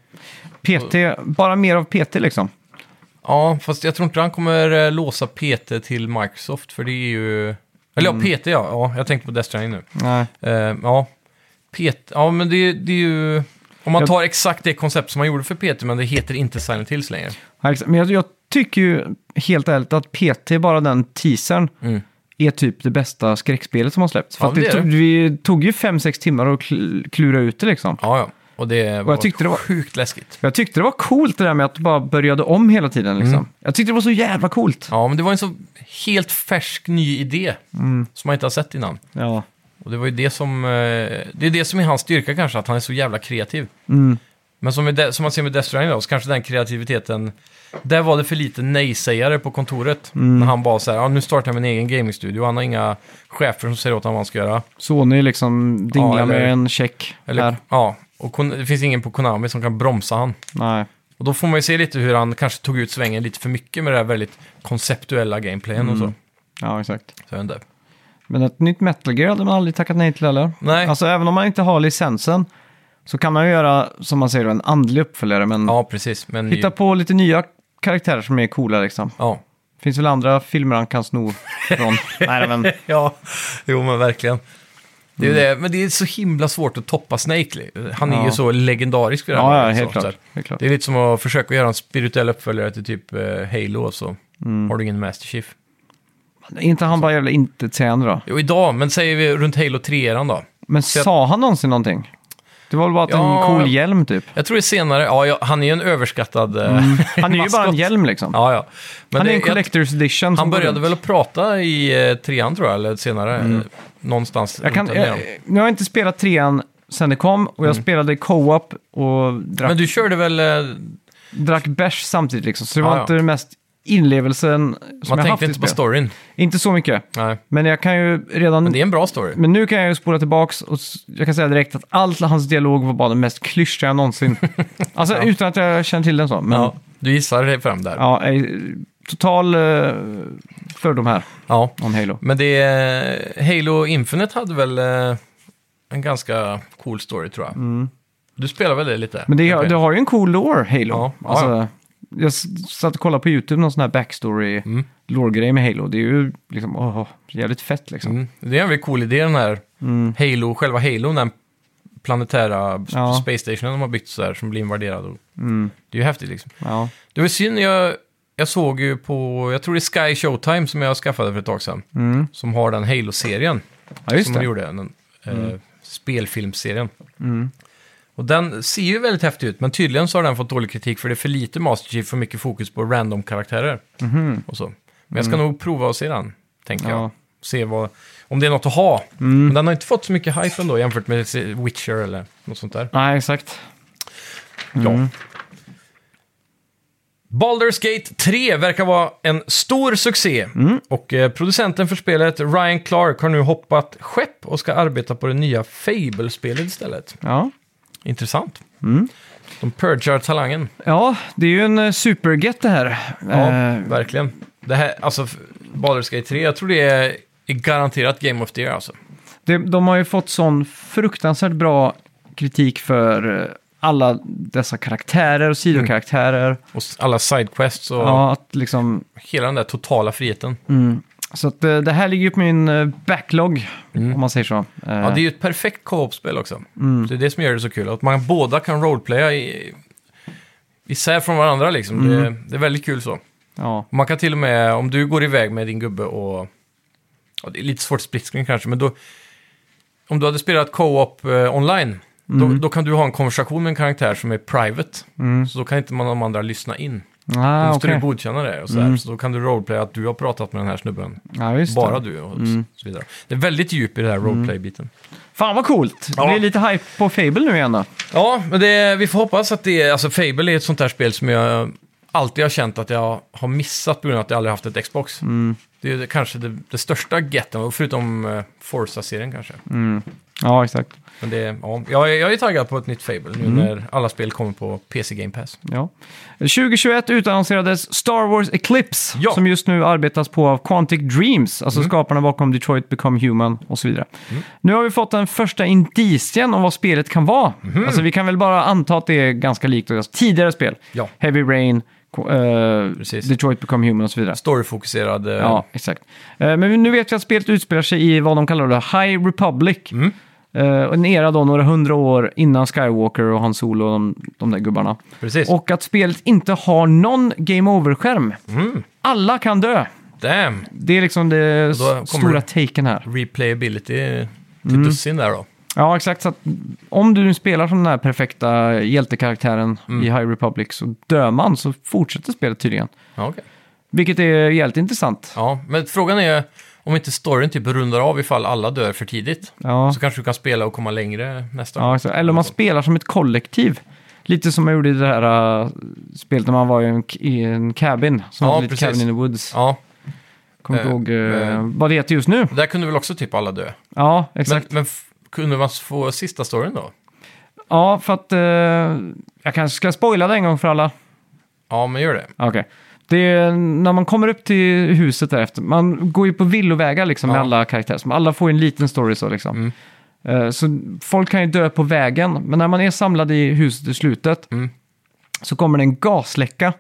P T, bara mer av P T liksom. Ja, fast jag tror inte han kommer eh, låsa P T till Microsoft, för det är ju... Eller Mm. ja, P T ja. ja. Jag tänkte på Death Stranding nu. Nej. Eh, ja, P T... Ja, men det, det är ju... Om man Jag- tar exakt det koncept som man gjorde för P T, men det heter inte Silent Hills längre. Ja, exakt. Men jag, jag tycker ju helt ärligt att P T, bara den teasern, Mm. är typ det bästa skräckspelet som har släppts. För Ja, att det det är tog, det. vi tog ju fem sex timmar att kl- klura ut det liksom. Ja, ja. Och det var, tyckte det var- sjukt läskigt. Jag tyckte det var coolt det där med att det bara började om hela tiden liksom. Mm. Jag tyckte det var så jävla coolt. Ja, men det var en så helt färsk ny idé Mm. som man inte har sett innan. Ja. Och det var ju det som... eh, Det är det som är hans styrka kanske, att han är så jävla kreativ. Mm. Men som, med de, som man ser med Death Stranding då, så kanske den kreativiteten... Där var det för lite nej-sägare på kontoret. Mm. När han bara så här, ja, nu startar jag min egen gamingstudio. Han har inga chefer som säger åt honom vad han ska göra. Sony liksom dinglar Ja, eller- med en check Eller, här. ja, och kon, det finns ingen på Konami som kan bromsa han. Nej. Och då får man ju se lite hur han kanske tog ut svängen lite för mycket med det här väldigt konceptuella gameplayen och så. Mm. Ja, exakt. Så jag vet inte. Men ett nytt Metal Gear hade man aldrig tackat nej till heller. Nej. Alltså även om man inte har licensen så kan man ju göra, som man säger, en andlig uppföljare. Men Ja, precis. Men hitta på lite nya karaktärer som är coola liksom. Ja. Finns väl andra filmer han kan sno från. Nej, men ja, jo men verkligen. Det är ju det, men det är så himla svårt att toppa Snake. Han är Ja. ju så legendarisk vid det här ja, ja, laget, helt så. klart. Så Helt klart. det är lite som att försöka göra en spirituell uppföljare till typ eh, Halo och så Mm. har du ingen Master Chief. Är inte han bara jävla intetsägande då? Jo, idag, men säger vi runt Halo tre-eran då. Men Så jag- sa han någonsin någonting? Det var väl bara att Ja, en cool hjälm typ. Jag tror det är senare, ja, ja han är ju en överskattad eh, Han är ju bara en maskot. hjälm liksom. Ja, ja. Men han det, är en collector's edition. jag, som han går började runt. väl att prata i eh, trean tror jag, eller senare. eh, Någonstans. Jag, kan, runt den jag, eran. nu har jag inte spelat trean sen det kom och jag spelade co-op och drack, Men du körde väl... Eh, drack bärs samtidigt liksom. Så det Ja, var ja. inte den mest inlevelsen som man jag haft tänkte i inte på spel. storyn. Inte så mycket. Nej. Men jag kan ju redan... Men det är en bra story. Men nu kan jag ju spola tillbaks och s- jag kan säga direkt att all hans dialog var bara den mest klyschiga någonsin. Alltså Ja. utan att jag känner till den så. Men Ja, ja, du gissar dig fram där. ja eh, total uh, fördom här Ja. om Halo. Men det är, Halo Infinite hade väl eh, en ganska cool story tror jag. Du spelar väl det lite? Mm. Men det, Okej. det har ju en cool lore, Halo. Ja, ja, alltså, jag s- satt och kollade på YouTube någon sån här backstory Mm. lore-grej med Halo. Det är ju liksom, åh, jävligt fett liksom. Mm. Det är en väldigt cool idé den här Mm. Halo, själva Halo, den planetära Ja. space stationen de har byggt så här som blir invaderad. Och, Mm. det är ju häftigt liksom. Ja. Det var synd, jag, jag såg ju på, jag tror det är Sky Showtime som jag skaffade för ett tag sedan. Mm. Som har den Halo-serien. ja, just som det. de gjorde, den eh, spelfilmserien. Mm. Och den ser ju väldigt häftig ut, men tydligen så har den fått dålig kritik för det är för lite Master Chief, för mycket fokus på random-karaktärer Mhm. och så. Men jag ska nog prova att se den, tänker jag. Ja. Se vad, om det är något att ha. Mm. Men den har inte fått så mycket hype ändå jämfört med Witcher eller något sånt där. Nej, exakt. Ja. Mm. Baldur's Gate tre verkar vara en stor succé. Mm. Och eh, producenten för spelet, Ryan Clark, har nu hoppat skepp och ska arbeta på det nya Fable-spelet istället. Ja. Intressant. Mm. De purgar talangen. ja, det är ju en uh, superget det här. Ja, Eh, verkligen. Det här, alltså, f- Baldur's Gate tre, jag tror det är, är garanterat Game of the Year alltså. det, de har ju fått sån fruktansvärt bra kritik för eh, alla dessa karaktärer och sidokaraktärer. Och s- alla sidequests och Ja, att liksom... hela den där totala friheten. Mm. Så att eh, det här ligger ju på min eh, backlog, Mm. om man säger så. Eh, Ja, det är ju ett perfekt co-op-spel också. mm. Det är det som gör det så kul. Att man båda kan roleplaya i, isär från varandra liksom. Mm. Det, det är väldigt kul så. Ja. Man kan till och med, om du går iväg med din gubbe och... Ja, det är lite svårt split screen kanske, men då... Om du hade spelat co-op eh, online, då, Mm. då kan du ha en konversation med en karaktär som är private. Mm. Så då kan inte man de andra lyssna in. Ah, då måste okay. du godkänna det. Och så, här. Mm. Så då kan du roleplaya att du har pratat med den här snubben. Ja, just Bara det. du och Mm. så vidare. Det är väldigt djup i det här roleplay-biten. Fan vad coolt! Ja. Det blir lite hype på Fable nu igen då. Ja, men det, vi får hoppas att det är... Alltså Fable är ett sånt här spel som jag alltid har känt att jag har missat på grund av att jag aldrig haft ett Xbox. Mm. Det är kanske det, det största getten, förutom uh, Forza-serien kanske. Mm. Ja, exakt. Men det, ja, jag, är, jag är taggad på ett nytt Fable nu Mm. när alla spel kommer på P C Game Pass. Ja. tjugohundratjugoett utannonserades Star Wars Eclipse, Ja. som just nu arbetas på av Quantic Dreams, alltså Mm. skaparna bakom Detroit Become Human och så vidare. Mm. Nu har vi fått den första indicien om vad spelet kan vara. Mhm. Alltså vi kan väl bara anta att det är ganska likt deras tidigare spel. Ja, Heavy Rain, eh, Precis. Detroit Become Human och så vidare. storyfokuserad. eh, Ja, exakt. Eh, men nu vet vi att spelet utspelar sig i vad de kallar det High Republic. Mm. Eh, en era då några hundra år innan Skywalker och Han Solo och de, de där gubbarna. Precis. Och att spelet inte har någon Game Over-skärm. Mm. Alla kan dö. Damn! Det är liksom det Och då kommer stora det- taken här. Replayability till Mm. dussin där då. Ja, exakt. Så att om du nu spelar som den här perfekta hjältekaraktären Mm. i High Republic så dör man så fortsätter spelet tydligen. Ja, okej. Vilket är jävligt intressant. Ja, men frågan är om inte storyn typ rundar av ifall alla dör för tidigt. Ja. Så kanske du kan spela och komma längre nästa Ja, gång. exakt. Eller om man spelar som ett kollektiv. Lite som man gjorde i det här uh, spelet när man var i en, i en cabin. Som Ja, var lite precis. Cabin in the Woods. Ja, Kommer inte Eh, ihåg uh, eh. vad det heter just nu. där kunde väl också typ alla dö. Ja, Men, exakt. men f- kunde man få sista storyn då? Ja, för att uh, jag kanske ska spoila det en gång för alla. Ja, men gör det. Okej. Det är när man kommer upp till huset därefter. Man går ju på villovägar liksom med Ja. alla karaktärer. Så alla får en liten story så liksom. Mm. Eh, så folk kan ju dö på vägen. Men när man är samlad i huset i slutet Mm. så kommer det en gasläcka.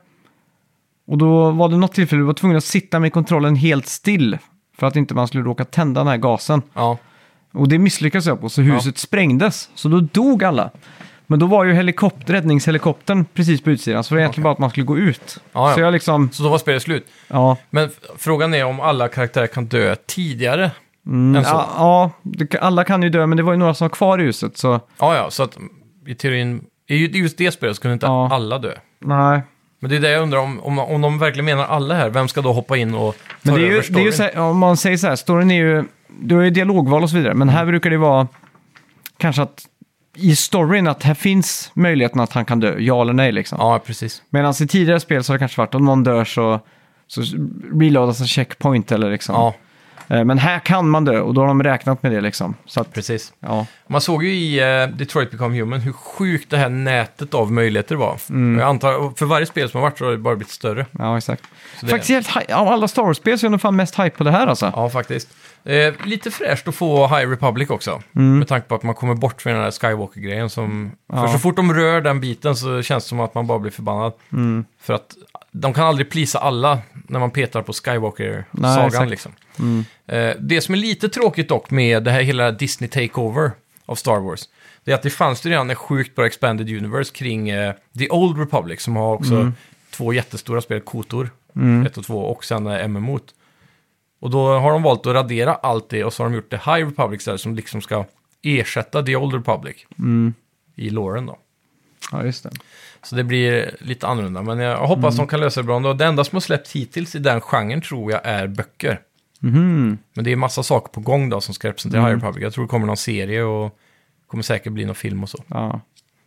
Och då var det något tillfälle du var tvungen att sitta med kontrollen helt still. För att inte man skulle råka tända den här gasen. Ja, Och det misslyckades jag på, så huset sprängdes. Så då dog alla. Men då var ju helikopter, räddningshelikoptern precis på utsidan. Så det var egentligen Okej. bara att man skulle gå ut. Ja, ja. Så jag liksom, så då var spelet slut. ja. Men f- frågan är om alla karaktärer kan dö tidigare Mm, än så. ja, ja det, alla kan ju dö, men det var ju några som var kvar i huset. Så Ja, ja, så att i teorin, i ju- i just det spelet så kunde inte Ja. alla dö. nej. Men det är det jag undrar om, om, om de verkligen menar alla här, vem ska då hoppa in och ta Men det är över ju, det är ju storyn? så här, om man säger så här, storyn är ju, du har ju dialogval och så vidare. Men här brukar det vara kanske att i storyn att här finns möjligheten att han kan dö, ja eller nej liksom. Ja, precis. Medan i tidigare spel så har det kanske varit om någon dör så, så reloadas en checkpoint eller liksom. Ja, Eh, Men här kan man dö och då har de räknat med det liksom. Så att, precis. ja. Man såg ju i uh, Detroit Become Human hur sjukt det här nätet av möjligheter var. Mm. Och jag antar, för varje spel som har varit så har det bara blivit större. Ja, exakt. Så det- Faktiskt helt hy- av alla Star Wars-spel så är det fan mest hype på det här alltså. Ja, faktiskt. Eh, lite fräscht att få High Republic också. Mm. Med tanke på att man kommer bort från den här Skywalker-grejen. Som... Ja. För så fort de rör den biten så känns det som att man bara blir förbannad. Mm. För att de kan aldrig plisa alla när man petar på Nej, Skywalker-sagan. exakt. Liksom. Mm. Eh, det som är lite tråkigt dock med det här hela Disney Takeover av Star Wars, det är att det fanns ju redan en sjukt bra Expanded Universe kring eh, The Old Republic som har också Mm. två jättestora spel, Kotor, Mm. ett och två, och sen eh, M M O. Och då har de valt att radera allt det och så har de gjort det High Republic där, som liksom ska ersätta The Old Republic Mm. i loren då. Ja, just det. Så det blir lite annorlunda, men jag hoppas Mm. de kan lösa det bra. Och det enda som har släppts hittills i den genren tror jag är böcker. Mhm. Men det är massa saker på gång då som ska representera Mm. High Republic. Jag tror det kommer någon serie och kommer säkert bli någon film och så. Ja,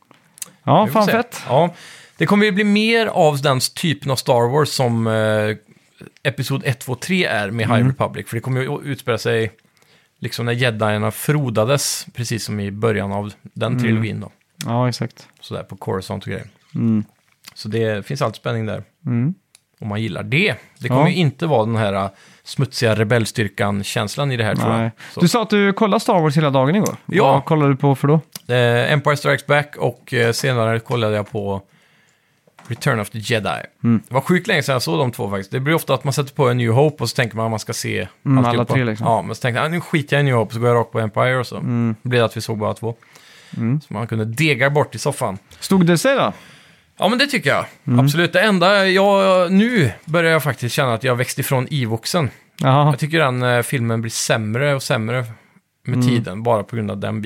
ja Vi får fan se. fett. Ja, det kommer ju bli mer av den typen av Star Wars som eh, Episod ett, två, tre är med High Mm. Republic. För det kommer ju att utspela sig liksom när jedierna frodades, precis som i början av den Mm. trilogin då. Ja, exakt. Sådär på Coruscant och grejer. Mm. Så det finns alltid spänning där. Mm. Om man gillar det. Det kommer Ja. ju inte vara den här uh, smutsiga rebellstyrkan-känslan i det här tror Nej. jag. Så. Du sa att du kollade Star Wars hela dagen igår. Ja. Vad kollade du på för då? Eh, Empire Strikes Back och eh, senare kollade jag på Return of the Jedi. Mm. Det var sjukt länge sedan jag såg de två faktiskt. Det blir ofta att man sätter på en New Hope och så tänker man att man ska se Mm, alla alltihopa. tre liksom. Ja, men så tänkte jag, ah, nu skiter jag i New Hope och så går jag rakt på Empire och så. Mm. Det blev att vi såg bara två. Mm. Så man kunde dega bort i soffan. Stod det sig då? Ja, men det tycker jag. Mm. Absolut. Det enda jag... Nu börjar jag faktiskt känna att jag växt ifrån Evoxen. Jaha. Jag tycker den eh, filmen blir sämre och sämre med Mm. tiden, bara på grund av den biten.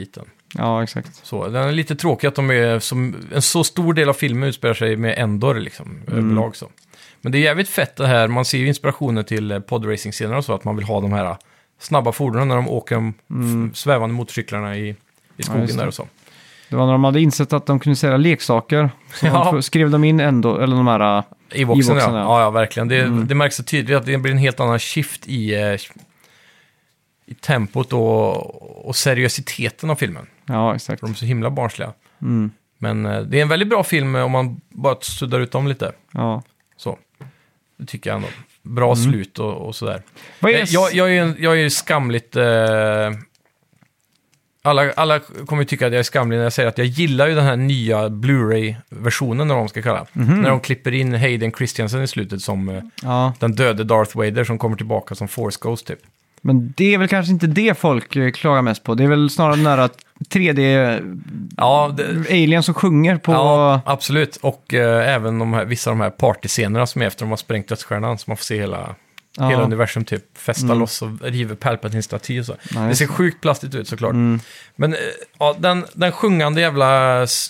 Ja, exakt. Så, den är lite tråkig att de är som en så stor del av filmen utspelar sig med Endor liksom, mm. överlag så. Men det är jävligt fett det här, man ser ju inspirationer till podracing-scener och så, att man vill ha de här snabba fordonen när de åker de mm. svävande motorcyklarna i, i skogen ja, där och så. Det var när de hade insett att de kunde sälja leksaker, så ja. de skrev de in ändå, eller de här Evoxen, ja. ja. Ja, verkligen. Det, mm. det märks så tydligt att det blir en helt annan shift i, i tempot och, och seriositeten av filmen. Ja, exakt. För de är så himla barnsliga. Mm. Men det är en väldigt bra film om man bara suddar ut dem lite. Ja. Så. Det tycker jag ändå. Bra mm. slut och, och sådär. Vad är jag, jag, är ju, jag är ju skamligt... Eh, alla, alla kommer ju tycka att jag är skamlig när jag säger att jag gillar ju den här nya Blu-ray-versionen, när de ska kalla. Mm-hmm. När de klipper in Hayden Christensen i slutet som eh, ja. den döde Darth Vader som kommer tillbaka som Force Ghost typ. Men det är väl kanske inte det folk klagar mest på. Det är väl snarare den där tre D ja, det... alien som sjunger på... Ja, absolut. Och eh, även de här, vissa av de här partyscenerna som är efter de har sprängt dödsstjärnan, så man får se hela, ja. hela universum typ fästa mm. loss och river Palpatines staty och så. Nej. Det ser sjukt plastigt ut såklart. Mm. Men eh, ja, den, den sjungande jävla s-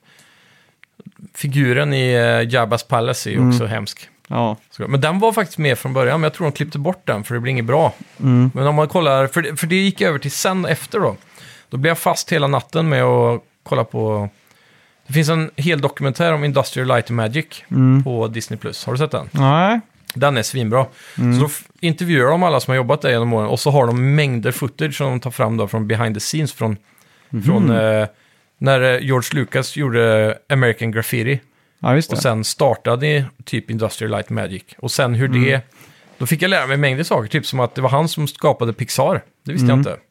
figuren i eh, Jabba's Palace är ju mm. också hemsk. Ja. Men den var faktiskt med från början, men jag tror de klippte bort den för det blir inget bra. Mm. Men om man kollar, för det, för det gick över till sen efter då. Då blev jag fast hela natten med att kolla på... Det finns en hel dokumentär om Industrial Light and Magic mm. på Disney plus. Har du sett den? Nej. Den är svinbra. Mm. Så då f- intervjuar de alla som har jobbat där genom åren och så har de mängder footage som de tar fram då från behind the scenes från, mm. från eh, när George Lucas gjorde American Graffiti. Ja, just det. Och sen startade typ Industrial Light and Magic. Och sen hur mm. det... Då fick jag lära mig mängder saker, typ som att det var han som skapade Pixar. Det visste mm. jag inte.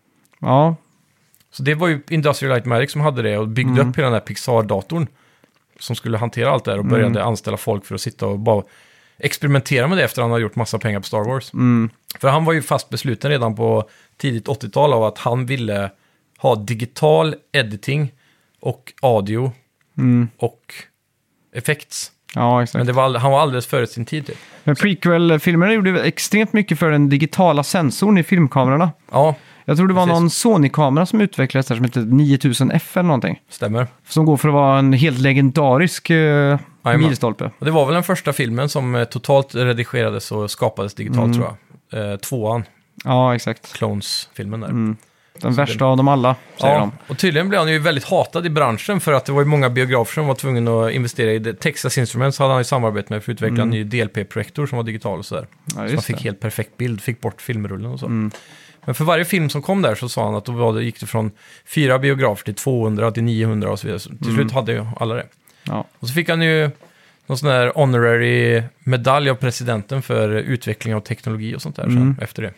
Ja. Så det var ju Industrial Light and Magic som hade det och byggde mm. upp hela den här Pixar-datorn som skulle hantera allt det här och började mm. anställa folk för att sitta och bara experimentera med det efter att han har gjort massa pengar på Star Wars. Mm. För han var ju fast besluten redan på tidigt åttiotal av att han ville ha digital editing och audio mm. och effekts. Ja, exakt. Men det var all, han var alldeles före sin tid typ. Men prequel-filmerna gjorde extremt mycket för den digitala sensorn i filmkamerorna. Ja. Jag tror det var precis. någon Sony-kamera som utvecklades där som heter nio tusen F eller någonting. Stämmer. Som går för att vara en helt legendarisk uh, milstolpe. Och det var väl den första filmen som uh, totalt redigerades och skapades digitalt mm. tror jag. Uh, tvåan. Ja, exakt. Clones-filmen där. Mm. Den så värsta det... av dem alla, säger ja, de. Och tydligen blev han ju väldigt hatad i branschen för att det var ju många biografer som var tvungna att investera i det. Texas Instruments hade han ju samarbete med för att utveckla mm. en ny D L P-projektor som var digital och sådär. Ja, så man fick det. Helt perfekt bild, fick bort filmrullen och så. Mm. Men för varje film som kom där så sa han att då var det, gick det från fyra biografer till tvåhundra till niohundra och så vidare. Så till mm. slut hade ju alla det. Ja. Och så fick han ju någon sån där honorary medalj av presidenten för utveckling av teknologi och sånt där mm. så, efter det.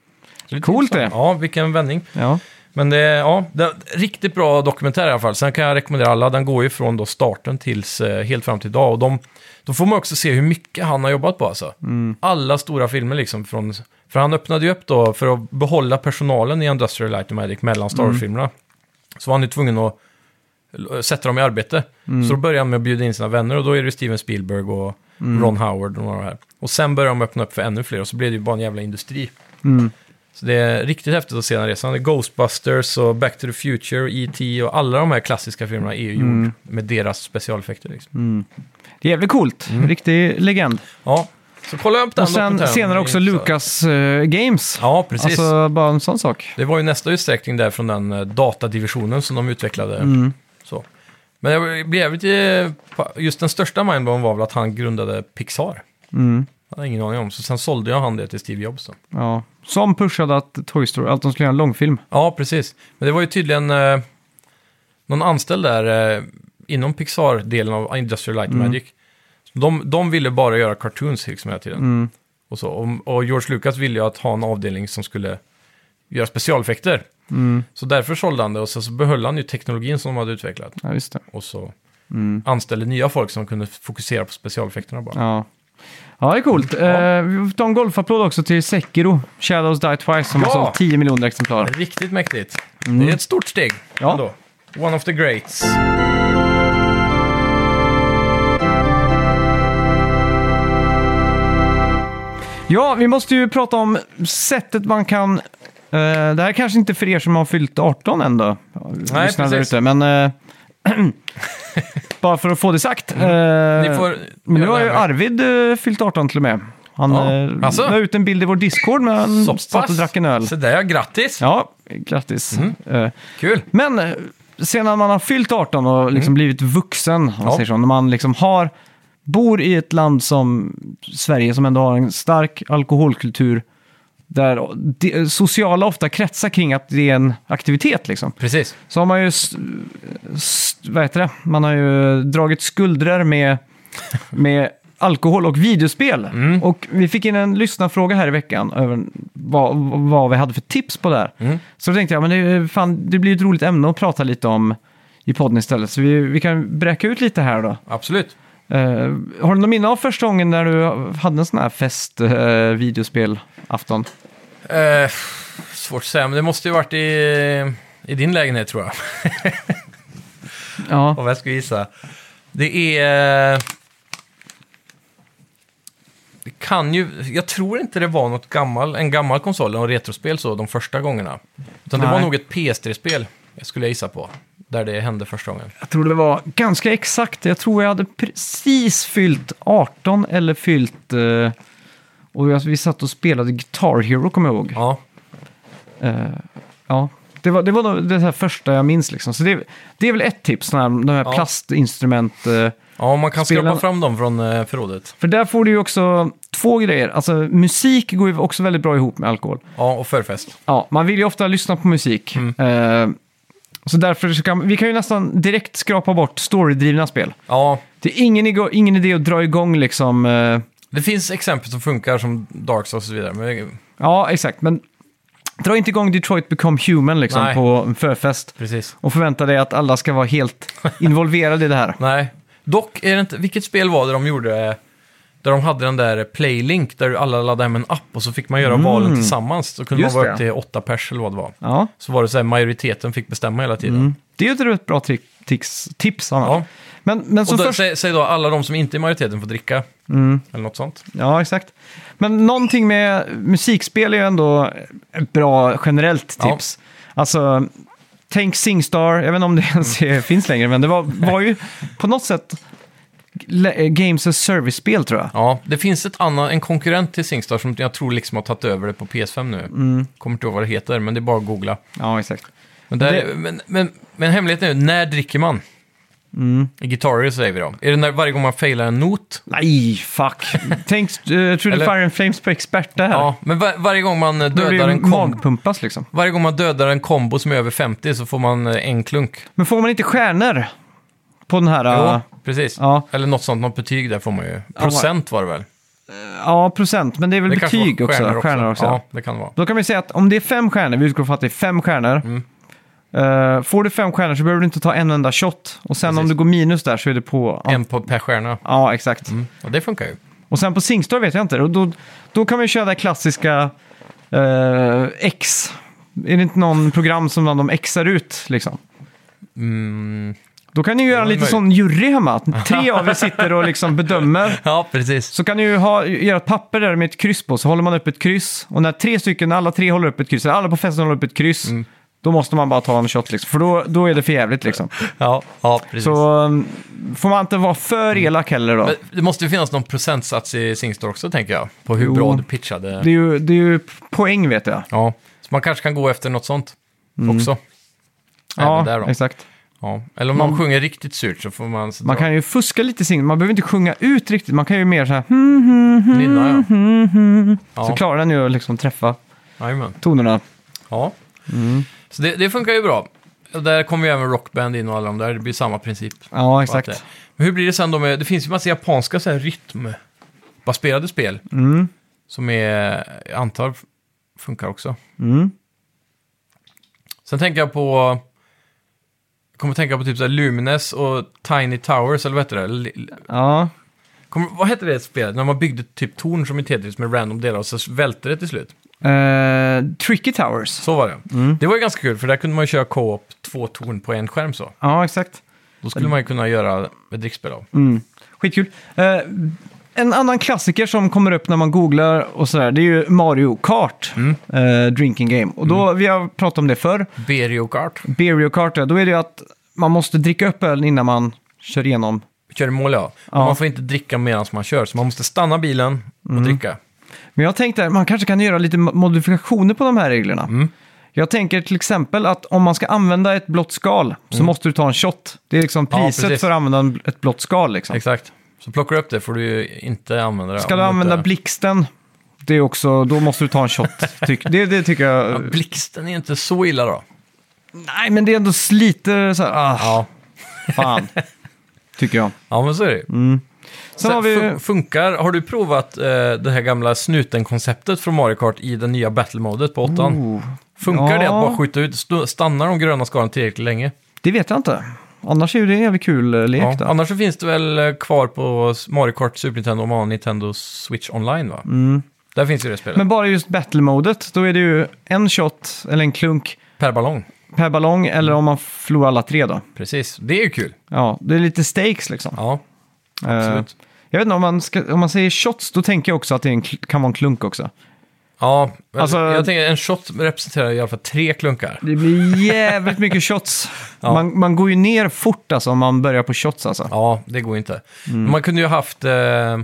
Så coolt det. Ja, vilken vändning. Ja. Men det, ja, det är en riktigt bra dokumentär i alla fall. Sen kan jag rekommendera alla. Den går ju från då starten tills eh, helt fram till idag. Och de, då får man också se hur mycket han har jobbat på alltså. Mm. Alla stora filmer liksom. Från, för han öppnade ju upp då för att behålla personalen i Industrial Light and Magic mellan Star Wars-filmerna. Mm. Så var han ju tvungen att sätta dem i arbete. Mm. Så då började han med att bjuda in sina vänner. Och då är det Steven Spielberg och mm. Ron Howard och några här. Och sen började de öppna upp för ännu fler. Och så blev det ju bara en jävla industri. Mm. Så det är riktigt häftigt att se den resan. Det är Ghostbusters och Back to the Future, E T och alla de här klassiska filmerna är ju mm. gjord med deras specialeffekter. Liksom. Mm. Det är jävligt coolt. Mm. Riktig legend. Ja, så kolla upp den. Och sen senare också Lucas uh, Games. Ja, precis. Alltså bara en sån sak. Det var ju nästa utsträckning där från den uh, datadivisionen som de utvecklade. Mm. Så. Men jag blev lite... Just den största mindblown var väl att han grundade Pixar. Mm. Jag hade ingen aning om. Så sen sålde jag han det till Steve Jobs då. Ja, som pushade att Toy Story, att de skulle göra en långfilm. Ja, precis. Men det var ju tydligen eh, någon anställd där eh, inom Pixar-delen av Industrial Light and mm. Magic. De, de ville bara göra cartoons liksom hela tiden. Mm. Och, så. Och, och George Lucas ville ju att ha en avdelning som skulle göra specialeffekter. Mm. Så därför sålde han det och så, så behöll han ju teknologin som de hade utvecklat. Ja, just det. Och så mm. anställde nya folk som kunde fokusera på specialeffekterna bara. Ja. Ja, det är coolt. Ja. Uh, vi får ta en golfapplåd också till Sekiro, Shadows Die Twice, som ja. har sålt tio miljoner exemplar. Riktigt mäktigt. Mm. Det är ett stort steg. Ja. Ändå. One of the greats. Ja, vi måste ju prata om sättet man kan det här är kanske inte för er som har fyllt arton ändå. Nej, precis. Ute, men uh, bara för att få det sagt. Uh, Ni får men nu har ju Arvid uh, fyllt arton till och med. Han ja. uh, alltså? la ut en bild i vår Discord när han Så satt och drack en öl. Så där, grattis! Ja, grattis. Mm. Uh, Kul! Men uh, sen när man har fyllt arton och liksom mm. blivit vuxen, om man ja. säger så, när man liksom har, bor i ett land som Sverige som ändå har en stark alkoholkultur, där de, sociala ofta kretsar kring att det är en aktivitet liksom. Precis. Så har man ju, st- st- vad heter det? Man har ju dragit skuldror med, med alkohol och videospel. Mm. Och vi fick in en lyssnarfråga här i veckan över vad, vad vi hade för tips på det här. Mm. Så då tänkte jag, men det, fan, det blir ett roligt ämne att prata lite om i podden istället. Så vi, vi kan bräcka ut lite här då. Absolut. Uh, har du någon minne av första gången när du hade en sån här fest, uh, videospel-afton? Uh, svårt att säga, men det måste ju varit i, i din lägenhet tror jag. Ja. Om jag ska gissa. Det är... Det kan ju... Jag tror inte det var något gammal, en gammal konsol, någon retrospel så de första gångerna. Utan det Nej. var nog ett P S tre-spel, jag skulle gissa på. Där det hände första gången. Jag tror det var ganska exakt. Jag tror jag hade precis fyllt arton eller fyllt... Uh, och vi satt och spelade Guitar Hero, kommer jag ihåg. Ja. Uh, ja, det var det, var det här första jag minns liksom. Så det, det är väl ett tips, när de här ja. plastinstrument... Uh, ja, man kan spelen. skrapa fram dem från uh, förrådet. För där får du ju också två grejer. Alltså musik går ju också väldigt bra ihop med alkohol. Ja, och förfest. Ja, man vill ju ofta lyssna på musik. Mm. Uh, Så därför så kan vi kan ju nästan direkt skrapa bort storydrivna spel. Ja. Det är ingen, ig- ingen idé att dra igång liksom... Uh... Det finns exempel som funkar som Dark Souls och så vidare. Men... Ja, exakt. Men dra inte igång Detroit Become Human liksom Nej. på en förfest. Precis. Och förvänta dig att alla ska vara helt involverade i det här. Nej. Dock, är det inte... vilket spel var det de gjorde... Där de hade den där Playlink där alla laddade hem en app och så fick man göra mm. valen tillsammans. Så kunde Just man vara upp till åtta pers eller vad det var. Ja. Så var det så här, majoriteten fick bestämma hela tiden. Mm. Det är ju ett rätt bra tri- tips. tips ja. Men, men som och då, först... säg, säg då alla de som inte är majoriteten får dricka. Mm. Eller något sånt. Ja, exakt. Men någonting med musikspel är ju ändå ett bra generellt tips. Ja. Alltså, tänk Singstar. Jag vet inte om det ens mm. finns längre, men det var, var ju på något sätt... Games as Service-spel tror jag. Ja, det finns ett annat, en konkurrent till Singstar som jag tror liksom har tagit över det på P S fem nu. Mm. Kommer inte ihåg vad det heter, men det är bara att googla. Ja, exakt. Men, där, det... men, men, men hemligheten är ju, när dricker man? Mm. I Guitar Hero säger vi då. Är det när, varje gång man failar en not? Nej, fuck. Tänk uh, True the Fire and Flames på experter här. Ja, men var, varje gång man dödar en kombo... magpumpas liksom. Varje gång man dödar en kombo som är över femtio så får man en klunk. Men får man inte stjärnor på den här... Jo, uh... precis. Ja. Eller något sånt, något betyg där får man ju. Procent var det väl? Ja, procent. Men det är väl det betyg också. Stjärnor också. Stjärnor också. Ja, det kan vara. Då kan vi säga att om det är fem stjärnor, vi utgår från att det är fem stjärnor. Mm. Uh, får du fem stjärnor så behöver du inte ta en enda shot. Och sen precis. Om du går minus där så är det på... Ja. En på per stjärna. Ja, exakt. Mm. Och det funkar ju. Och sen på Singstar vet jag inte. Och då, då kan vi köra det klassiska uh, X. Är det inte någon program som de Xar ut liksom? Mm... Då kan ni ju göra lite möjligt. Sån jury hemma. Tre av er sitter och liksom bedömer. Ja, precis. Så kan ni ju ha, göra ett papper där med ett kryss på. Så håller man upp ett kryss. Och när tre stycken, alla tre håller upp ett kryss. Eller alla på festen håller upp ett kryss. Mm. Då måste man bara ta en shot liksom. För då, då är det för jävligt liksom. Ja, ja, precis. Så um, får man inte vara för elak heller då. Men det måste ju finnas någon procentsats i Singstar också, tänker jag. På hur jo, bra du pitchade. Det är, ju, det är ju poäng, vet jag. Ja, så man kanske kan gå efter något sånt mm. också. Ja, där då. Exakt. Ja. Eller om man, man sjunger riktigt surt så får man... Så man kan ju fuska lite sing. Man behöver inte sjunga ut riktigt. Man kan ju mer så här... Hmm, hmm, hmm, Nynna, ja. Hmm, hmm. Ja. Så klarar den ju att liksom träffa Amen. tonerna. Ja. Mm. Så det, det funkar ju bra. Där kommer ju även Rockband in och alla de där. Det blir samma princip. Ja, exakt. Men hur blir det sen då med... Det finns ju massa japanska så här rytmbaserade spel. Mm. Som är... Jag antar funkar också. Mm. Sen tänker jag på... Jag kommer att tänka på typ så här Lumines och Tiny Towers, eller vad heter det? Ja. Kommer, vad heter det spelet? När man byggde typ torn som i Tetris med random delar och så välte det till slut. Uh, Tricky Towers. Så var det. Mm. Det var ju ganska kul, för där kunde man ju köra co-op två torn på en skärm så. Ja, exakt. Då skulle man ju kunna göra ett drickspel av. Mm. Skitkul. Uh, en annan klassiker som kommer upp när man googlar och sådär, det är ju Mario Kart, mm. eh, drinking game. Och då, mm. vi har pratat om det förr. Berio Kart. Berio Kart, ja. Då är det ju att man måste dricka upp öl innan man kör igenom. Kör i mål, ja. ja. Man får inte dricka medan man kör, så man måste stanna bilen och mm. dricka. Men jag tänkte att man kanske kan göra lite modifikationer på de här reglerna. Mm. Jag tänker till exempel att om man ska använda ett blått skal så mm. måste du ta en shot. Det är liksom priset ja, för att använda ett blått skal. Liksom. Exakt. Så plockar du upp det får du ju inte använda det. Ska du använda inte... blixten, det är också, då måste du ta en shot. Tyck, det, det tycker jag... Ja, blixten är inte så illa då. Nej, men det är ändå lite så här, ah, ja. fan, tycker jag. Ja, men så är det. Mm. Sen har vi... fun- funkar, har du provat eh, det här gamla snuten-konceptet från Mario Kart i den nya battle-modet på åttan? Oh. Funkar ja. det att bara skjuta ut, stannar de gröna skalen tillräckligt länge? Det vet jag inte. Annars är det en jävligt kul uh, lek. Ja, då. Annars så finns det väl kvar på Mario Kart Super Nintendo och Nintendo Switch Online, va? Mm. Där finns ju det spelet. Men bara just battle-modet, då är det ju en shot eller en klunk. Per ballong. Per ballong, eller om man förlorar alla tre då. Precis, det är ju kul. Ja, det är lite stakes liksom. Ja, absolut. Uh, jag vet inte, om man, ska, om man säger shots, då tänker jag också att det är en, kan vara en klunk också. Ja, alltså, jag tänker en shot representerar i alla fall tre klunkar. Det blir jävligt mycket shots. Ja. Man, man går ju ner fort alltså om man börjar på shots alltså. Ja, det går inte. Mm. Man kunde ju haft... Eh,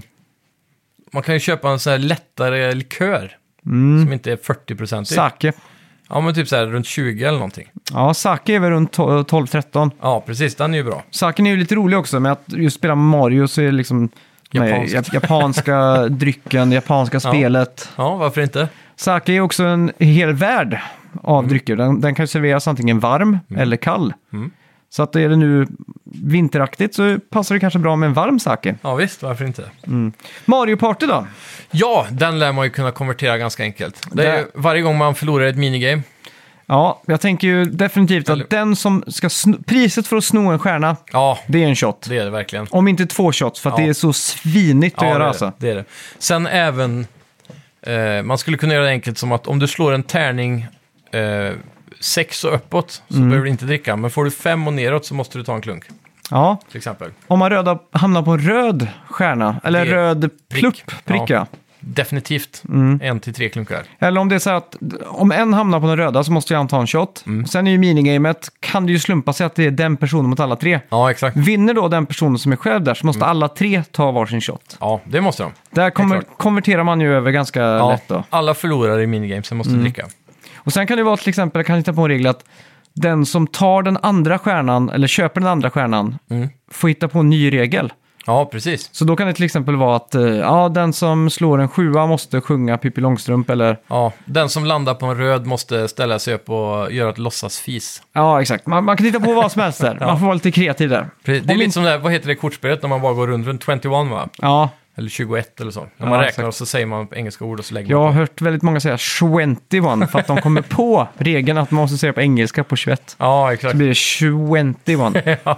man kan ju köpa en sån här lättare likör mm. som inte är fyrtio procent. Sake. Ja, men typ så här runt tjugo eller någonting. Ja, sake är väl runt tolv tretton. Ja, precis. Den är ju bra. Saken är ju lite rolig också med att just spela Mario så är det liksom... Japanska, japanska drycken, japanska ja. spelet. Ja, varför inte? Sake är också en hel värld av mm. drycker. Den, den kan serveras antingen varm mm. eller kall. Mm. Så att är det nu vinteraktigt så passar det kanske bra med en varm sake. Ja visst, varför inte? Mm. Mario Party då? Ja, den lär man ju kunna konvertera ganska enkelt. Det är det... varje gång man förlorar ett minigame. Ja, jag tänker ju definitivt att Eller... den som ska sno... priset för att sno en stjärna, ja, det är en shot. Det är det verkligen. Om inte två shots, för att ja. det är så svinigt att ja, göra det alltså. Det är det. Sen även, eh, man skulle kunna göra det enkelt som att om du slår en tärning eh, sex och uppåt så mm. behöver du inte dricka. Men får du fem och neråt så måste du ta en klunk. Ja, till exempel. Om man röda, hamnar på en röd stjärna, eller det, röd plupp, pricka. Ja. Definitivt mm. en till tre klunkar. Eller om det är så att om en hamnar på den röda så måste jag anta en shot. Mm. Sen är ju minigamet, kan det ju slumpa sig att det är den personen mot alla tre. Ja, exakt. Vinner då den personen som är själv där så måste mm. alla tre ta varsin shot. Ja, det måste de. Där kommer, konverterar man ju över ganska ja, lätt då. Alla förlorare i minigames måste mm. dricka. Och sen kan det vara till exempel, jag kan hitta på en regel att den som tar den andra stjärnan eller köper den andra stjärnan mm. får hitta på en ny regel. Ja, precis. Så då kan det till exempel vara att ja, den som slår en sjua måste sjunga Pippi Långstrump eller... Ja, den som landar på en röd måste ställa sig upp och göra ett låtsasfis. Ja, exakt. Man, man kan titta på vad som helst där. ja. Man får vara lite kreativ där. Precis. Det är Om lite in... som det här, vad heter det kortspelet när man bara går runt, runt tjugoett va? Ja. Eller tjugoett eller så. När man ja, räknar exakt. Och så säger man på engelska ord och så lägger Jag man har hört väldigt många säga tjugoett för att de kommer på regeln att man måste säga på engelska på tjugoett. Ja, exakt. Så blir det tjugoett. ja.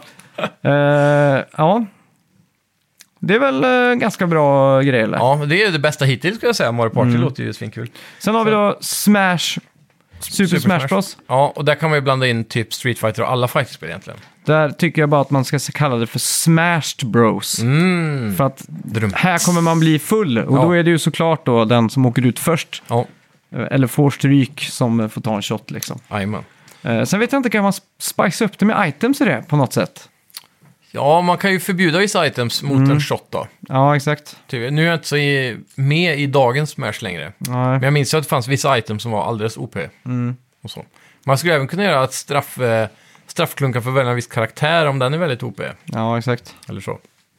Uh, ja. Det är väl uh, ganska bra grejer. Eller? Ja, det är det bästa hittills ska jag säga. Mario Party mm. låter ju svinkul. Sen har vi då Smash, Super, Super Smash Bros. Ja, och där kan man ju blanda in typ Street Fighter och alla fighterspel egentligen. Där tycker jag bara att man ska kalla det för Smashed Bros. Mm. För att Drömt. här kommer man bli full. Och ja. då är det ju såklart då den som åker ut först. Ja. Eller får stryk som får ta en shot liksom. Jajamän. Uh, sen vet jag inte, kan man spice upp det med items i det på något sätt? Ja, man kan ju förbjuda vissa items mot mm. en shot då. Ja, exakt. Typ, nu är jag inte så i, med i dagens Smash längre. Nej. Men jag minns ju att det fanns vissa items som var alldeles O P. Mm. Och så. Man skulle även kunna göra ett straff, eh, straffklunkar för att välja en viss karaktär om den är väldigt O P. Ja, exakt. Eller så.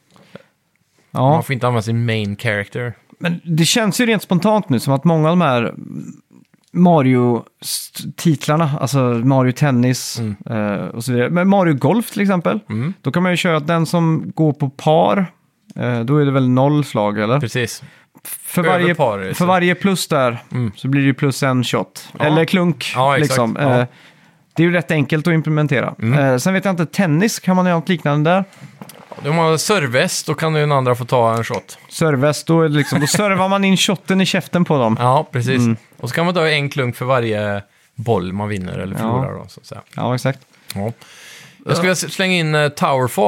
Ja. Man får inte använda sin main character. Men det känns ju rent spontant nu som att många av de här Mario-titlarna, alltså Mario Tennis mm. eh, och så vidare. Men Mario Golf till exempel, mm. då kan man ju köra att den som går på par, eh, då är det väl noll slag, eller? Precis. För varje, par, för varje plus där mm. så blir det ju plus en shot. Ja. Eller klunk, ja, liksom. Ja. Eh, det är ju rätt enkelt att implementera. Mm. Eh, sen vet jag inte, tennis, kan man göra något liknande där? Om man har servest, då kan ju den andra få ta en shot. Servest, då, är det liksom, då servar man in shotten i käften på dem. Ja, precis. Mm. Och så kan man ta en klunk för varje boll man vinner eller förlorar. Ja, då, så att säga. Ja exakt. Ja. Jag skulle slänga in uh, Towerfall.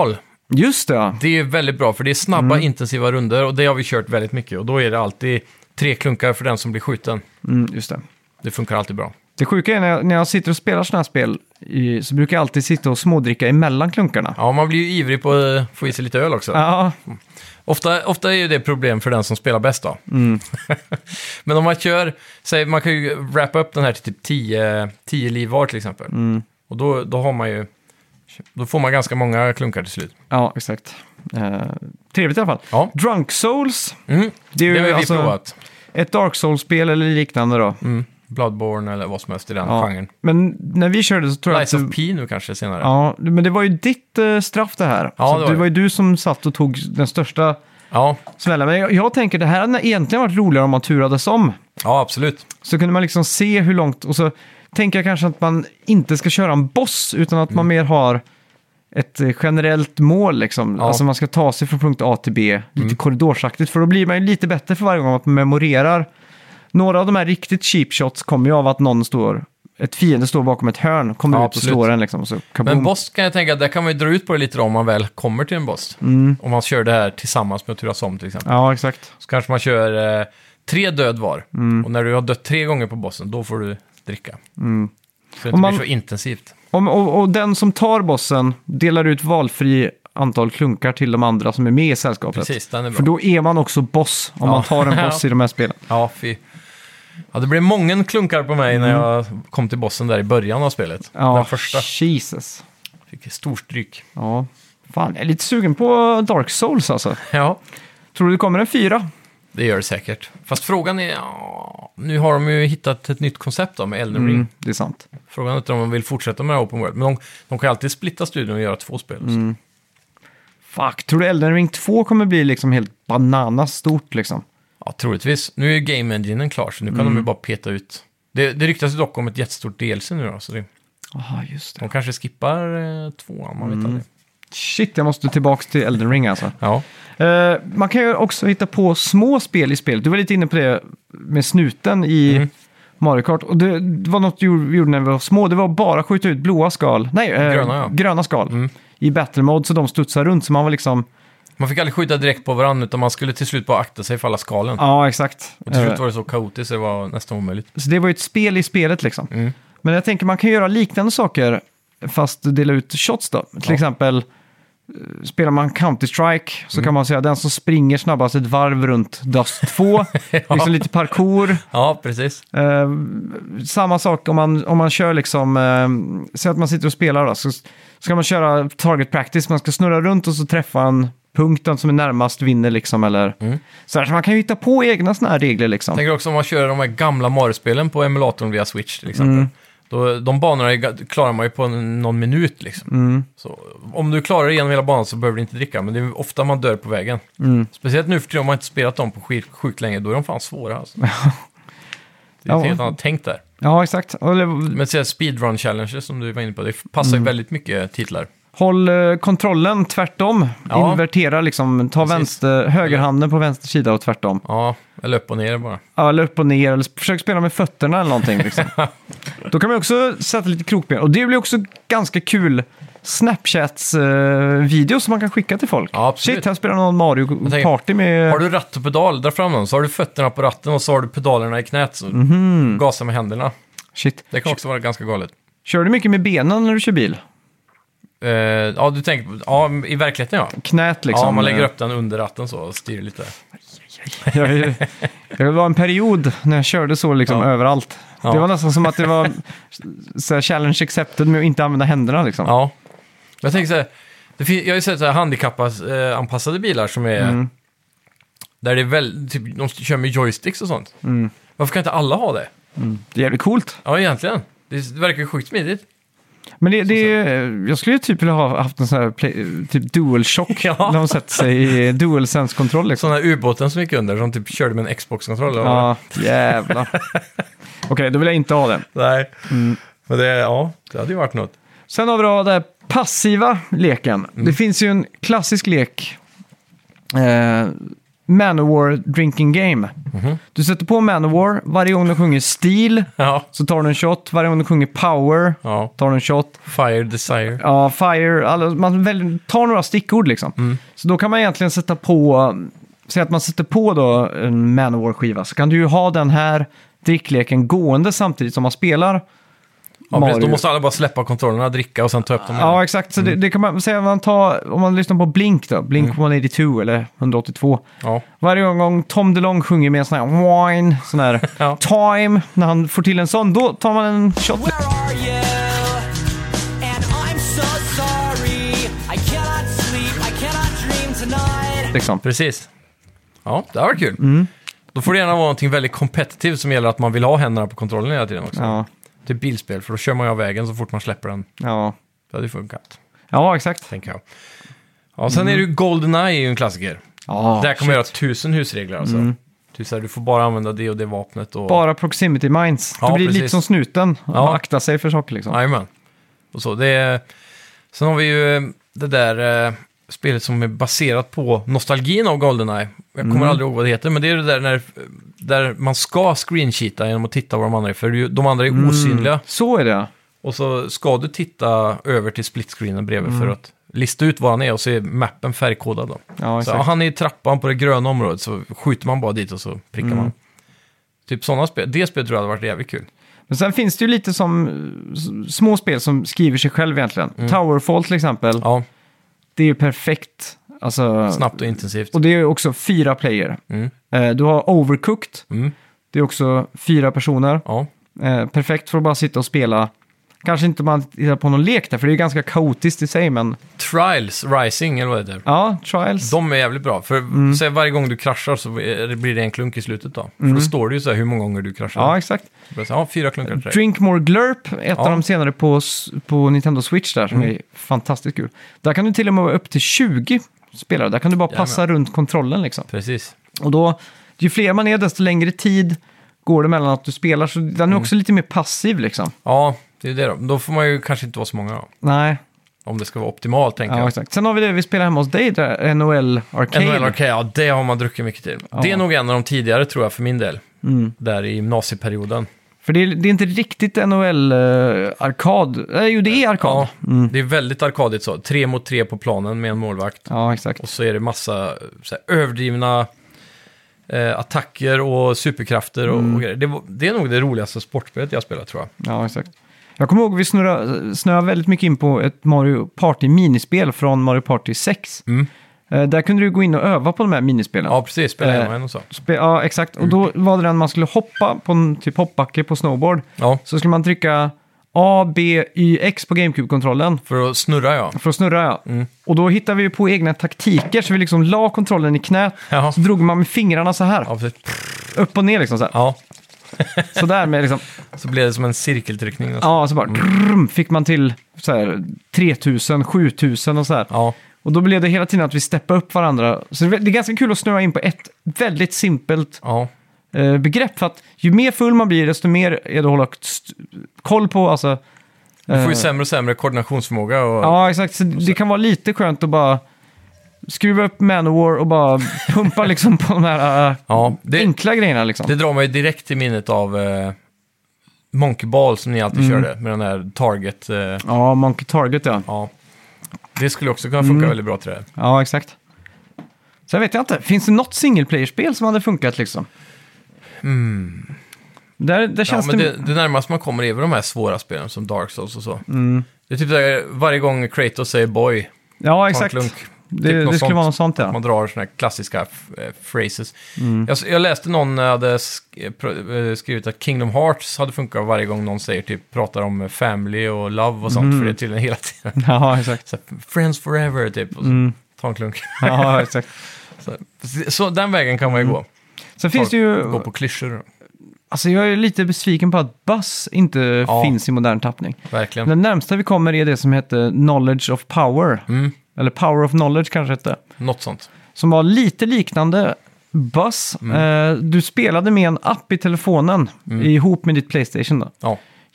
Just det, ja. Det är väldigt bra för det är snabba, mm. intensiva runder och det har vi kört väldigt mycket. Och då är det alltid tre klunkar för den som blir skjuten. Mm, just det. Det funkar alltid bra. Det sjuka är när jag, när jag sitter och spelar sådana här spel i, så brukar jag alltid sitta och smådricka emellan klunkarna. Ja, man blir ju ivrig på att få i sig lite öl också. Ja. Ofta, ofta är ju det problem för den som spelar bäst då. Mm. Men om man kör, säg, man kan ju wrappa upp den här till typ tio liv var till exempel. Mm. Och då, då har man ju, då får man ganska många klunkar till slut. Ja, exakt. Eh, trevligt i alla fall. Ja. Drunk Souls. Mm. Det är ju det har vi alltså provat. Ett Dark Souls-spel eller liknande då. Mm. Bloodborne eller vad som helst i den ja. genren. Men när vi körde så tror jag Lies att... of P nu kanske senare. Ja, men det var ju ditt uh, straff det här. Ja, så det var det det. var ju du som satt och tog den största Ja, smällen. Men jag, jag tänker det här hade egentligen varit roligare om man turades om. ja absolut. Så kunde man liksom se hur långt... Och så tänker jag kanske att man inte ska köra en boss utan att mm. man mer har ett eh, generellt mål liksom. Ja. Alltså man ska ta sig från punkt A till B lite Mm. korridorsaktigt. För då blir man ju lite bättre för varje gång att man memorerar. Några av de här riktigt cheap shots kommer ju av att någon står... Ett fiende står bakom ett hörn, kommer Ja, ut absolut. och slår den liksom. Och så kaboom. Men boss kan jag tänka, där kan man ju dra ut på det lite då, om man väl kommer till en boss. Mm. Om man kör det här tillsammans med att turas om till exempel. Ja, exakt. Så kanske man kör eh, tre död var. Mm. Och när du har dött tre gånger på bossen, då får du dricka. Mm. Så det Och inte man- blir så intensivt. Om, och, och den som tar bossen delar ut valfri antal klunkar till de andra som är med i sällskapet. Precis, den är bra. För då är man också boss om Ja. man tar en boss i de här spelen. Ja, fy. Ja, det blev många klunkar på mig Mm. när jag kom till bossen där i början av spelet. Ja, Den första. Jesus. Fick stor stryk. Ja, fan, jag är lite sugen på Dark Souls alltså. Ja, Tror du det kommer en fyra? det gör det säkert. Fast frågan är, ja, nu har de ju hittat ett nytt koncept då med Elden Ring. Mm, det är sant. Frågan är inte om de vill fortsätta med Open World. Men de, de kan ju alltid splitta studion och göra två spel. Mm. Fuck, tror du Elden Ring två kommer bli liksom helt bananas stort liksom? Ja, troligtvis. Nu är ju Game Enginen klar, så nu kan Mm. de ju bara peta ut. Det, det ryktas ju dock om ett jättestort D L C nu då, så det, Jaha, just det. de kanske skippar eh, tvåan, man vet Mm. aldrig. Shit, jag måste tillbaka till Elden Ring alltså. Ja, Eh, man kan ju också hitta på små spel i spelet. Du var lite inne på det med snuten i Mm. Mario Kart. Och det, det var något du gjorde när vi var små. Det var bara att skjuta ut blåa skal. Nej, eh, Gröna, ja. gröna skal. Mm. I battle mode så de studsar runt. Så man var liksom... man fick aldrig skjuta direkt på varandra, utan man skulle till slut bara akta sig för alla skalen. Ja, exakt. Och till slut Eh, var det så kaotiskt, så det var nästan omöjligt. så det var ju ett spel i spelet liksom. Mm. Men jag tänker man kan göra liknande saker fast dela ut shots då. Till Ja. exempel eh, spelar man Counter-Strike så Mm. kan man säga den som springer snabbast ett varv runt Dust två. Liksom lite parkour. Ja, precis. Eh, samma sak om man, om man kör liksom, eh, säg att man sitter och spelar då, så ska man köra target practice, man ska snurra runt och så träffa en punkten som är närmast vinner liksom, eller Mm. så, här, så man kan ju hitta på egna sådana här regler liksom. Tänker också om man kör de här gamla Mario-spelen på emulatorn via Switch till exempel. Mm. Då, de banorna är ga- klarar man ju på en, någon minut liksom. Mm. Så, om du klarar igenom hela banan så behöver du inte dricka, men det är ofta man dör på vägen. Mm. Speciellt nu för tiden om man inte spelat dem på skit, sjukt länge, då är de fan svåra alltså. Det är Ja. ett helt annat tänk där. Ja, exakt. Eller, Men så här speedrun challenges som du var inne på, det passar ju Mm. väldigt mycket titlar. håll eh, kontrollen tvärtom. Ja. Invertera liksom, ta Precis. vänster, högerhanden på vänster sida och tvärtom. Ja, eller upp och ner bara. Ja, eller upp och ner, eller försök spela med fötterna eller någonting. Liksom. Då kan man också sätta lite krokben. Och det blir också ganska kul Snapchats-videos som man kan skicka till folk. Ja, absolut. Shit, här spelar någon Mario tänker, Party med... Har du ratt och pedal, dra fram den, så har du fötterna på ratten och så har du pedalerna i knät, så Mhm. gasa med händerna. Shit. Det kan också vara ganska galet. Kör du mycket med benen när du kör bil? Eh, ja, du tänker på, ja, i verkligheten ja. Knät liksom. Ja, man lägger upp den under ratten så och styr lite. jag, jag var en period när jag körde så liksom Ja. överallt. Ja. Det var nästan som att det var så här, challenge accepted med att inte använda händerna liksom. Ja. Jag tänker så här, det fin- jag har ju sett så här handikappanpassade bilar som är, Mm. där det är väl, typ, de kör med joysticks och sånt. Mm. Varför kan inte alla ha det? Mm. Det är jävligt coolt. Ja, egentligen. Det, det verkar ju sjukt smidigt. Men det, det, jag skulle ju typ vilja ha haft en sån här play, typ DualShock. Ja. När de sätter sig i DualSense-kontroll liksom. Sån här ubåten som gick under, som typ körde med en Xbox-kontroll. eller vad det var. Ja, jävlar. Okej, då vill jag inte ha det. Nej, Mm. men det, ja, det hade ju varit något. Sen har vi då den här passiva leken. Mm. Det finns ju en klassisk lek eh, Manowar drinking game. Mhm. Du sätter på Manowar, varje gång du sjunger Steel Ja. så tar du en shot, varje gång du sjunger Power Ja. tar du en shot. Fire Desire. Ja, Fire, alla, man väl, tar några stickord liksom. Mm. Så då kan man egentligen sätta på, säg att man sätter på då en Manowar-skiva, så kan du ju ha den här drickleken gående samtidigt som man spelar Ja, Mario. precis. Då måste alla bara släppa kontrollerna, dricka och sen ta upp dem igen. Ja, exakt. Så det, det kan man säga, om man, tar, om man lyssnar på Blink då, Blink Mm. etthundraåttiotvå eller etthundraåttiotvå. Ja. Varje gång Tom DeLonge sjunger med en sån här wine, sån här Ja. time, när han får till en sån, då tar man en shot. Where are you? And I'm so sorry. I cannot sleep, I cannot dream tonight. Liksom. Precis. Ja, det var kul. Mm. Då får det gärna vara någonting väldigt kompetitivt som gäller att man vill ha händerna på kontrollen hela tiden också. Ja, Till bilspel, för då kör man ju av vägen så fort man släpper den. ja. Det hade ju funkat, Ja, exakt. tänker jag. Ja, sen är det ju GoldenEye är ju en klassiker. Ja, Där kommer jag shit. göra tusen husregler alltså. Mm. Typ så här, du får bara använda det och det vapnet. Och... Bara proximity mines. Ja, det blir precis. lite som snuten. Ja. Man aktar sig för saker liksom. Jajamän. Och så, det är... Sen har vi ju eh, det där eh, spelet som är baserat på nostalgin av GoldenEye. Jag kommer Mm. aldrig ihåg vad det heter, men det är det där när, där man ska screensheeta genom att titta vad de andra är. För ju- de andra är Mm. osynliga. Så är det. Och så ska du titta över till splitscreenen bredvid Mm. för att lista ut vad han är och så är mappen färgkodad då. Ja, Så exakt. ja, han är i trappan på det gröna området så skjuter man bara dit och så prickar Mm. man. Typ sådana spel. Det spelet tror jag hade varit jävligt kul. Men sen finns det ju lite som s- små spel som skriver sig själv egentligen. Towerfall till exempel. Mm. Ja, Det är ju perfekt. Alltså, snabbt och intensivt. och det är ju också fyra player. Mm. Eh, du har Overcooked. Mm. Det är också fyra personer. Ja. Eh, perfekt för att bara sitta och spela. Kanske inte man tittar på någon lek där, för det är ganska kaotiskt i sig, men Trials Rising, eller vad det heter. ja, Trials. De är jävligt bra, för Mm. så varje gång du kraschar så är- det blir det en klunk i slutet då. För då står det ju så här hur många gånger du kraschar. Ja, exakt. Så, ja, fyra klunkar till dig. Drink More Glurp, ett Ja. av de senare på, s- på Nintendo Switch där, som Mm. är fantastiskt kul. Där kan du till och med vara upp till tjugo spelare. Där kan du bara passa runt kontrollen liksom. Precis. Och då, ju fler man är, desto längre tid går det mellan att du spelar. Så den är Mm. också lite mer passiv liksom. Ja, det är det då. Då får man ju kanske inte vara så många då. Nej, Om det ska vara optimalt, tänker ja, jag. exakt. Sen har vi det vi spelar hemma hos dig, där N H L Arcade. N H L Arcade, ja, det har man druckit mycket till. Det är nog en av de tidigare, tror jag, för min del. Mm. Där i gymnasieperioden. För det är, det är inte riktigt N H L-arkad. Nej, jo, det är arkad. Ja, Mm. det är väldigt arkadigt så. Tre mot tre på planen med en målvakt. Ja, exakt. Och så är det massa så här, överdrivna eh, attacker och superkrafter och, Mm. och grejer. Det, var- det är nog det roligaste sportspelet jag spelat, tror jag. Ja, exakt. Jag kommer ihåg vi snurrade, snurrade väldigt mycket in på ett Mario Party-minispel från Mario Party sex. Mm. Eh, där kunde du gå in och öva på de här minispelen. Ja, precis. Spela Eh, hemma en och så. Spe- ja, exakt. Och då var det den man skulle hoppa på en typ hoppbacke på snowboard. Ja, Så skulle man trycka A, B, Y, X på GameCube-kontrollen för att snurra, ja. för att snurra. Ja. Mm. Och då hittade vi ju på egna taktiker, så vi liksom la kontrollen i knät. Ja, Så drog man med fingrarna så här, ja, precis. upp och ner liksom så här. Ja, Så där med liksom, så blev det som en cirkeltryckning. Och så. ja, så bara drrm, fick man till så här tre tusen, sju tusen och så här. Ja, Och då blev det hela tiden att vi steppade upp varandra. Så det är det är ganska kul att snöa in på ett väldigt simpelt ja. eh, begrepp. För att ju mer full man blir, desto mer är det att hålla st- koll på. Alltså, Du får ju eh, sämre och sämre koordinationsförmåga. Och... Ja, exakt. Så det kan vara lite skönt att bara skruva upp Manowar och bara pumpa liksom på de här eh, Ja, det, enkla grejerna liksom. det drar mig direkt till minnet av eh, Monkey Ball som ni alltid Mm. körde. Med den här Target. Eh, Ja, Monkey Target ja. ja. Det skulle också kunna funka Mm. väldigt bra till det. Ja, exakt. Sen vet jag inte, finns det något single player-spel som hade funkat liksom? Mm. Där, där Ja, känns men det... det, det närmaste man kommer är väl de här svåra spelen som Dark Souls och så. Mm. Det är typ där, varje gång Kratos säger boy, Ja, ta en exakt. klunk. Det, Typ något det skulle sånt. vara något sånt ja. Man drar såna här klassiska f- eh, phrases. Mm. Jag, jag läste någon hade sk- pr- eh, skrivit att Kingdom Hearts hade funkat varje gång någon säger typ, pratar om family och love och sånt. Mm. För det är tydligen hela tiden. Ja, exakt. Så här, friends forever typ. Och så, Mm. ta en klunk. Ja, exakt. så, så den vägen kan man ju gå. Sen finns det ju... Gå på klyschor. Alltså jag är lite besviken på att Buzz inte Ja. finns i modern tappning. Verkligen. Den närmsta vi kommer är det som heter Knowledge of Power. Mm. Eller Power of Knowledge kanske hette. Något sånt. Som var lite liknande Buzz. Mm. Eh, du spelade med en app i telefonen Mm. ihop med ditt PlayStation. Då. Ja.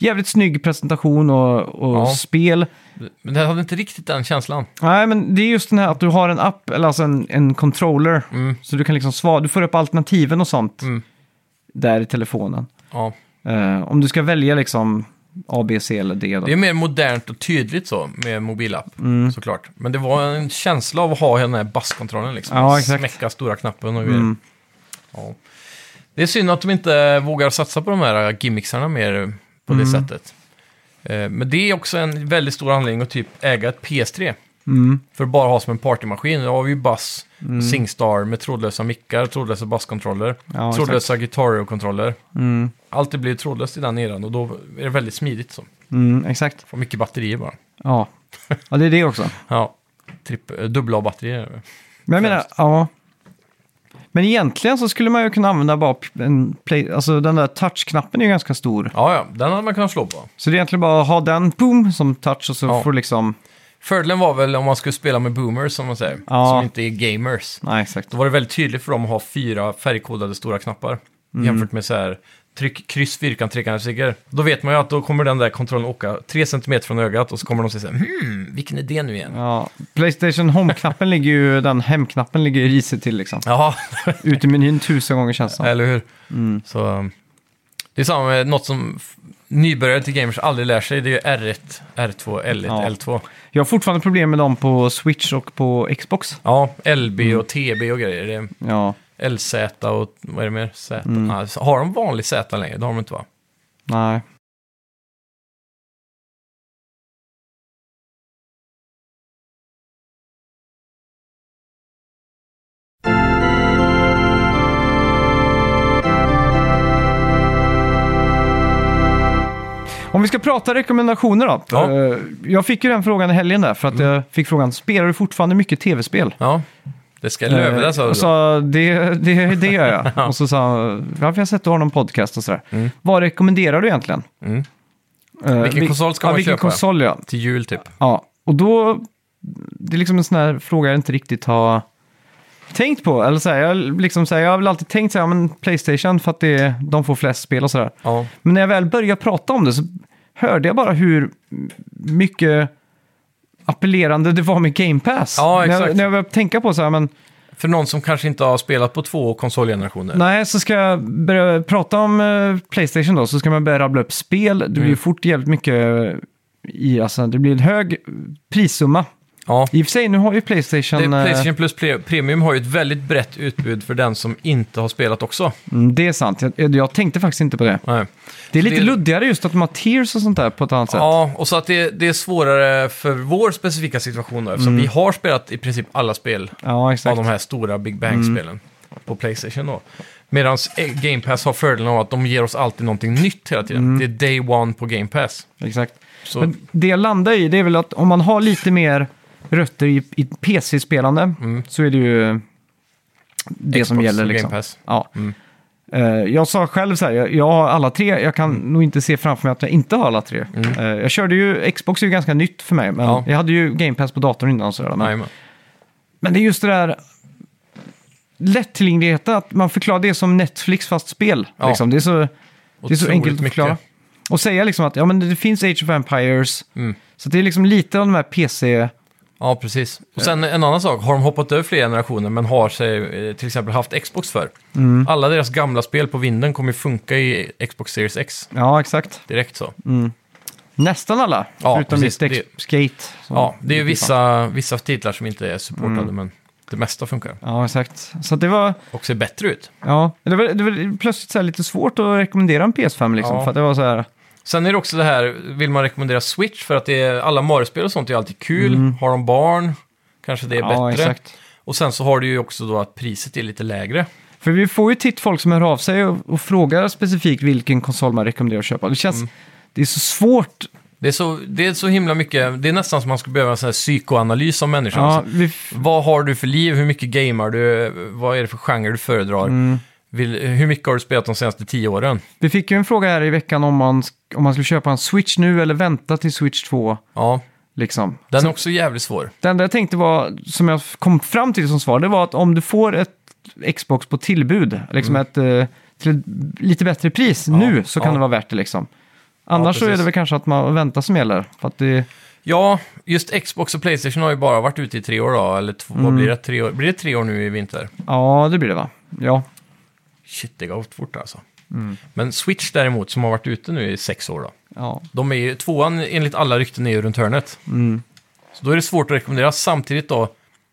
jävligt snygg presentation och, och Ja. spel. Men det hade inte riktigt den känslan. Nej, men det är just den här att du har en app, eller alltså en, en controller. Mm. Så du kan liksom svara, du får upp alternativen och sånt Mm. där i telefonen. Ja. Eh, om du ska välja liksom A, B, C eller D då. Det är mer modernt och tydligt så med mobilapp, Mm. såklart. Men det var en känsla av att ha den här basskontrollen liksom. Ja, exakt. Smäcka stora knappen och grejer. Mm. Ja. Det är synd att de inte vågar satsa på de här gimmicksarna mer på det Mm. sättet. Eh, Men det är också en väldigt stor anledning att typ äga ett P S tre. Mm. För att bara ha som en partymaskin. Då har vi ju Bass, Singstar med trådlösa mickar, trådlösa basskontroller, Ja, trådlösa Guitar-kontroller. Mm. Allt det blir trådlöst i den eran och då är det väldigt smidigt så. Mm, exakt. Får mycket batterier bara. Ja. ja, det är det också. Ja, Tripp, eh, dubbla av batterier. Men jag menar, Främst. ja. Men egentligen så skulle man ju kunna använda bara en play, alltså den där touchknappen är ju ganska stor. Ja, ja, den hade man kunnat slå på. Så det är egentligen bara att ha den, boom, som touch och så Ja. får liksom... Fördelen var väl om man skulle spela med boomers, som man säger, Ja. som inte är gamers. Nej, exakt. Då var det väldigt tydligt för dem att ha fyra färgkodade stora knappar. Mm. Jämfört med så här, tryck, kryss, fyrkant, trekant, cirkel. Då vet man ju att då kommer den där kontrollen åka tre centimeter från ögat och så kommer de säga så här, hmm, vilken är det nu igen? Ja, PlayStation Home-knappen ligger ju, den hemknappen ligger ju risigt till liksom. Ja, Ut i menyn tusen gånger känns det som. eller hur? Mm. Så, um, det är samma med något som f- nybörjare till gamers aldrig lär sig. Det är ju R ett, R två, L ett, Ja. L två. Jag har fortfarande problem med dem på Switch och på Xbox. Ja, L B Mm. och T B och grejer. Det är Ja, L Z och vad är det mer? Z. Mm. Ja, så har de vanlig Z längre? Det har de inte, va? nej. Om vi ska prata rekommendationer då. Ja. Eh, Jag fick ju den frågan i helgen där för att jag fick frågan, spelar du fortfarande mycket tv-spel? Ja, det ska lövas. Eh, Uh, och sa, det, det, det gör jag. Och så sa han, varför har jag sett att du har någon podcast och sådär. Mm. Vad rekommenderar du egentligen? Mm. Eh, Vilken vi- konsol ska ja, man vilken köpa? konsol, ja. Till jul typ. Ja, och då, det är liksom en sån här fråga jag inte riktigt har tänkt på. Eller så här, jag, liksom så här, jag har väl alltid tänkt så här, men PlayStation för att det, de får flest spel och sådär. Ja. Men när jag väl började prata om det så hörde jag bara hur mycket appellerande det var med Game Pass. Ja, När exakt. jag, när jag började tänka på så här, men För någon som kanske inte har spelat på två konsolgenerationer. nej, så ska jag börja prata om eh, PlayStation då, så ska man börja rabbla upp spel. Det blir Mm. fort jävligt mycket i, alltså det blir en hög prissumma. Ja. I och för sig, nu har ju PlayStation... Det, eh, PlayStation Plus Pre- Premium har ju ett väldigt brett utbud för den som inte har spelat också. Mm, det är sant. Jag, jag tänkte faktiskt inte på det. Nej. Det är lite det- luddigare just att de har tiers och sånt där på ett annat sätt. Ja, och så att det, det är svårare för vår specifika situation då, eftersom vi har spelat i princip alla spel Ja, av exakt. de här stora Big Bang-spelen på PlayStation då. Medan Game Pass har fördelen av att de ger oss alltid någonting nytt hela tiden. Det är day one på Game Pass. exakt. Så, Men det jag landar i, det är väl att om man har lite mer rötter i, i P C-spelande Mm. så är det ju det som Xbox gäller och liksom. Game Pass. Ja. Mm. Eh, jag sa själv så här, jag, jag har alla tre, jag kan nog inte se framför mig att jag inte har alla tre. Mm. Eh, jag körde ju, Xbox är ju ganska nytt för mig, men Ja. jag hade ju Game Pass på datorn innan och sådär. Men, Jajamän. men det är just det där lättillgängligheten, att man förklarar det som Netflix fast spel. Ja. Liksom. Det är så, det är så Otroligt enkelt att mycket. förklara. Och säga liksom att ja, men det finns Age of Empires, Mm. så det är liksom lite av de här P C... Ja, precis. Och sen en annan sak, har de hoppat över flera generationer men har sig eh, till exempel haft Xbox för. Mm. Alla deras gamla spel på vinden kommer ju funka i Xbox Series X Ja, exakt. direkt så. Nästan alla, Ja, förutom precis. visst Ex- Skate. som- Ja, det är ju vissa, vissa titlar som inte är supportade, Mm. men det mesta funkar. Ja, exakt. Så att det var... Och ser bättre ut. Ja, det var, det var plötsligt så här lite svårt att rekommendera en P S fem liksom, Ja. för att det var så här... Sen är det också det här, vill man rekommendera Switch för att det är, alla Mario-spel och sånt är alltid kul. Har de barn, kanske det är Mm. Ja, bättre. exakt. Och sen så har du ju också då att priset är lite lägre. För vi får ju titt folk som hör av sig och, och frågar specifikt vilken konsol man rekommenderar att köpa. Det känns... Mm. Det är så svårt. Det är så, det är så himla mycket, det är nästan som man skulle behöva en sån här psykoanalys om människan. Ja, Alltså, vi, vad har du för liv, hur mycket gamar du, vad är det för genre du föredrar? mm. Vill, hur mycket har du spelat de senaste tio åren? vi fick ju en fråga här i veckan om man, om man skulle köpa en Switch nu eller vänta till Switch två. Ja, Liksom. den Så, är också jävligt svår. det enda jag tänkte var, som jag kom fram till som svar, det var att om du får ett Xbox på tillbud, liksom ett, eh, till ett lite bättre pris nu, så kan ja. det vara värt det liksom. Annars Ja, så är det precis. väl kanske att man väntar som gäller. För att det, Ja, just Xbox och PlayStation har ju bara varit ute i tre år då, eller två, vad blir det? Tre år? Blir det tre år nu i vinter? ja, det blir det va? Ja. Shit, det går gått fort alltså. Men Switch däremot, som har varit ute nu i sex år då. Ja. De är ju, tvåan enligt alla rykten är ju runt hörnet. Så då är det svårt att rekommendera. Samtidigt då,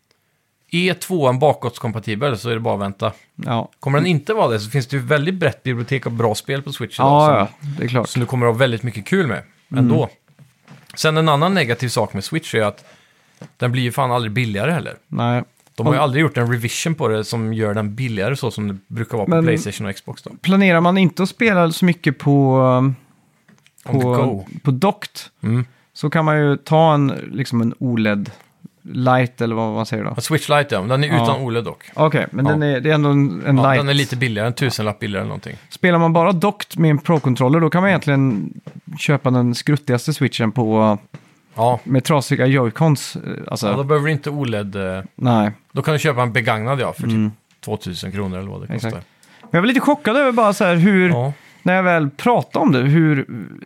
är tvåan bakåtskompatibel så är det bara att vänta. Ja. Kommer den inte vara det så finns det ju väldigt brett bibliotek av bra spel på Switch idag. Ja, som, ja, det är klart. som du kommer att ha väldigt mycket kul med ändå. Sen en annan negativ sak med Switch är att den blir ju fan aldrig billigare heller. Nej. De har ju aldrig gjort en revision på det som gör den billigare så som det brukar vara på Men- PlayStation och Xbox då. Planerar man inte att spela så mycket på, On the på, go. på Doct Mm. så kan man ju ta en, liksom en O L E D Lite eller vad man säger då. Ja, Switch Lite, ja. Den är Ja. utan O L E D dock. Okej, men Ja. den är, det är ändå en, en Ja, Lite. den är lite billigare, en tusenlapp billigare eller någonting. Spelar man bara Doct med en Pro-controller då kan man egentligen köpa den skruttigaste switchen på, Ja, med trasiga Joy-Cons. eh, Alltså, ja då behöver du inte O L E D. eh, nej. Då kan du köpa en begagnad ja, för typ tvåtusen kronor eller vad det kostar. Exakt. Men jag var lite chockad över bara så här hur, Ja. när jag väl pratade om det, hur,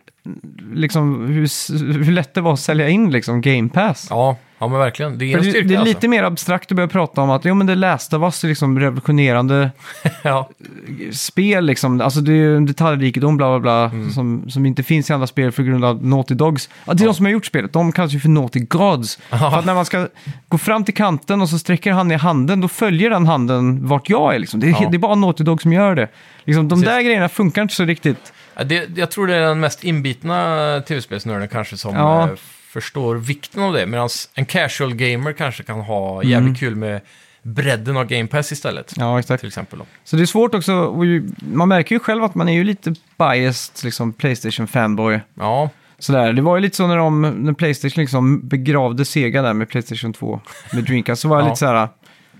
liksom, hur, s- hur lätt det var att sälja in liksom, Game Pass. Ja, ja, men verkligen. Det är För en det, styrka det är alltså. lite mer abstrakt att börja prata om att jo, men det lästa var så liksom revolutionerande Ja, spel. Liksom. Alltså det är ju en detaljrikedom bla bla bla Mm. som, som inte finns i andra spel för grund av Naughty Dogs. Ja, det är de som har gjort spelet. De kallas ju för Naughty Gods. För att när man ska gå fram till kanten och så sträcker han ner handen, då följer den handen vart jag är. Liksom. Det, är Ja. det är bara Naughty Dog som gör det. Liksom, de Precis. där grejerna funkar inte så riktigt. Ja, det, jag tror det är den mest inbitna tv-spelsnörden kanske som Ja. eh, förstår vikten av det. Medan en casual gamer kanske kan ha jävligt Mm. kul med bredden av Game Pass istället. Ja, exakt. Till exempel då. Så det är svårt också. Och ju, man märker ju själv att man är ju lite biased, liksom Playstation-fanboy. Ja, Sådär. Det var ju lite så när, de, när Playstation liksom begravde Sega där med Playstation två med Dreamcast. Så var jag Ja. lite så här,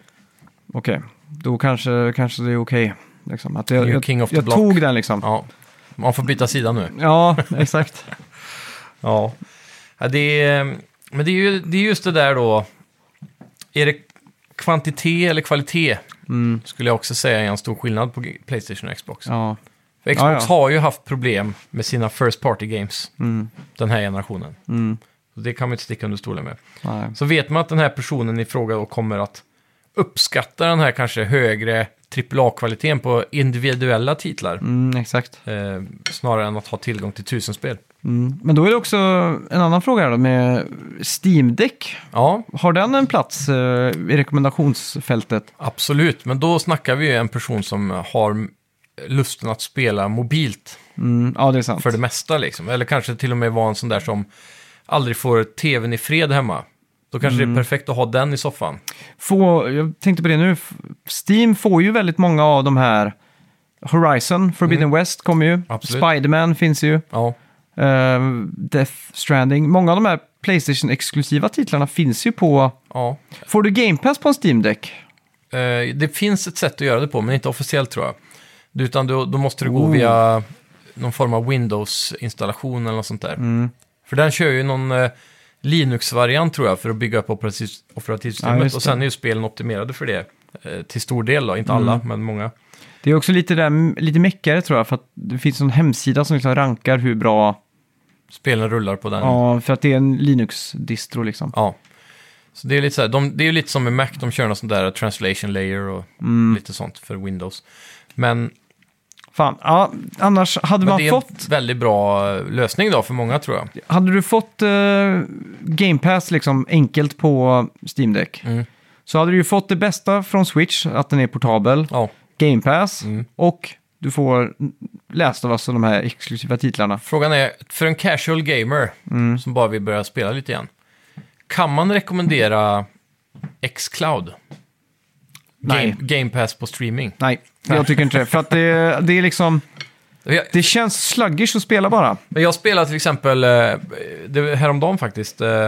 okej, då kanske, kanske det är okej. Liksom. Att jag New jag, king of the jag block. tog den liksom. ja. Man får byta sida nu. Ja, exakt. Ja. Ja, det är, men det är ju det är just det där då. Är det kvantitet eller kvalitet? Mm. Skulle jag också säga är en stor skillnad på Playstation och Xbox. Ja. För Xbox Ja, ja. har ju haft problem med sina first party games Mm. den här generationen. Mm. Så det kan man inte sticka under stolen med. Nej. Så vet man att den här personen i fråga då kommer att uppskatta den här kanske högre trippel A-kvaliteten på individuella titlar. Mm, exakt. Eh, snarare än att ha tillgång till tusen spel. Mm. Men då är det också en annan fråga här då med Steam Deck. Ja, Har den en plats eh, i rekommendationsfältet? absolut. Men då snackar vi ju en person som har lusten att spela mobilt Mm. Ja, det är sant. för det mesta liksom. Eller kanske till och med vara en sån där som aldrig får tvn i fred hemma. Då kanske Mm. det är perfekt att ha den i soffan. Få, jag tänkte på det nu. F- Steam får ju väldigt många av de här. Horizon, Forbidden West kommer ju. Absolut. Spider-Man finns ju. Ja, Eh, Death Stranding. Många av de här PlayStation-exklusiva titlarna finns ju på... ja. Får du Game Pass på en Steam Deck? Eh, det finns ett sätt att göra det på, men inte officiellt tror jag. Utan då, då måste du gå Oh. via någon form av Windows-installation eller något sånt där. Mm. För den kör ju någon eh, Linux-variant tror jag för att bygga upp operativ, Ja, operativsystemet. just och det. sen är ju spelen optimerade för det. Eh, till stor del då, inte alla, men många. Det är också lite, där, lite meckare tror jag, för att det finns en hemsida som liksom rankar hur bra... Spelen rullar på den. Ja, för att det är en Linux-distro liksom. Ja. Så det är lite så här, de, det är ju lite som med Mac, de kör någon sån där translation layer och Mm. lite sånt för Windows. Men, Fan, ja, annars hade men man det är fått... en väldigt bra eh, lösning då för många tror jag. Hade du fått eh, Game Pass liksom enkelt på Steam Deck Mm. så hade du ju fått det bästa från Switch, att den är portabel, Ja. Game Pass Mm. och du får läst av oss de här exklusiva titlarna. Frågan är, för en casual gamer Mm. som bara vill börja spela lite igen, kan man rekommendera xCloud? Nej. Game, Game Pass på streaming? Nej, jag tycker inte det. För att det, det är liksom... Jag, Det känns sluggish att spela bara. men jag spelade till exempel, eh, det, häromdagen faktiskt, eh,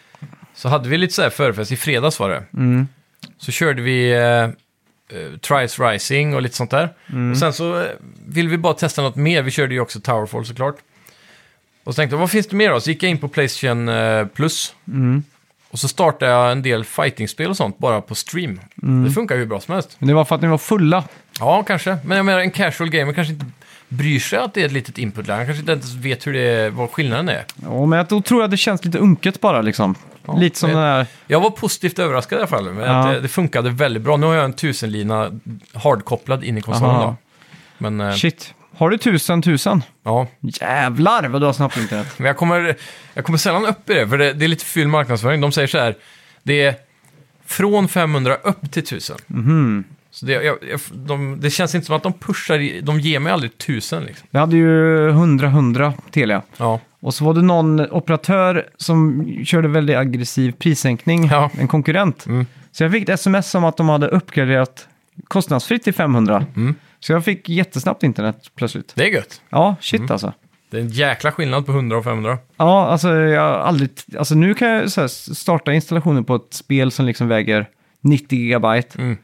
så hade vi lite så här förfest, i fredags var det. Mm. Så körde vi eh, eh, Trials Rising och lite sånt där. Mm. Och sen så eh, ville vi bara testa något mer. Vi körde ju också Towerfall såklart. Och så tänkte jag, vad finns det mer då? Så gick jag in på PlayStation eh, Plus. Mm. Och så startade jag en del fightingspel och sånt bara på stream. Mm. Det funkar ju bra som helst. Men det var för att ni var fulla. Ja, kanske. Men jag menar, en casual gamer kanske inte bryr sig att det är ett litet input. Han kanske inte ens vet hur det är, vad skillnaden är. Ja, men jag tror att det känns lite unket bara liksom. Ja, lite som det, den där... Jag var positivt överraskad i alla fall. Men ja. att det, det funkade väldigt bra. Nu har jag en tusenlina hardkopplad in i konsolen då. Men, eh, Shit. Har du tusen tusen? Ja. Jävlar vad du har snabbt internet. Men jag kommer, jag kommer sällan upp i det, för det, det är lite fyll marknadsföring. De säger så här, det är från femhundra upp till tusen. Mhm. Så det, jag, jag, de, det känns inte som att de pushar, de ger mig aldrig tusen liksom. Jag hade ju hundra hundra Telia. Ja. Och så var det någon operatör som körde väldigt aggressiv prissänkning, Ja. en konkurrent. Mm. Så jag fick ett sms om att de hade uppgraderat kostnadsfritt till femhundra. Mm. Så jag fick jättesnabbt internet plötsligt. Det är gött. Ja, shit alltså. Det är en jäkla skillnad på hundra och femhundra. Ja, alltså jag har aldrig... Alltså nu kan jag så här, starta installationen på ett spel som liksom väger nittio gigabyte. Mm.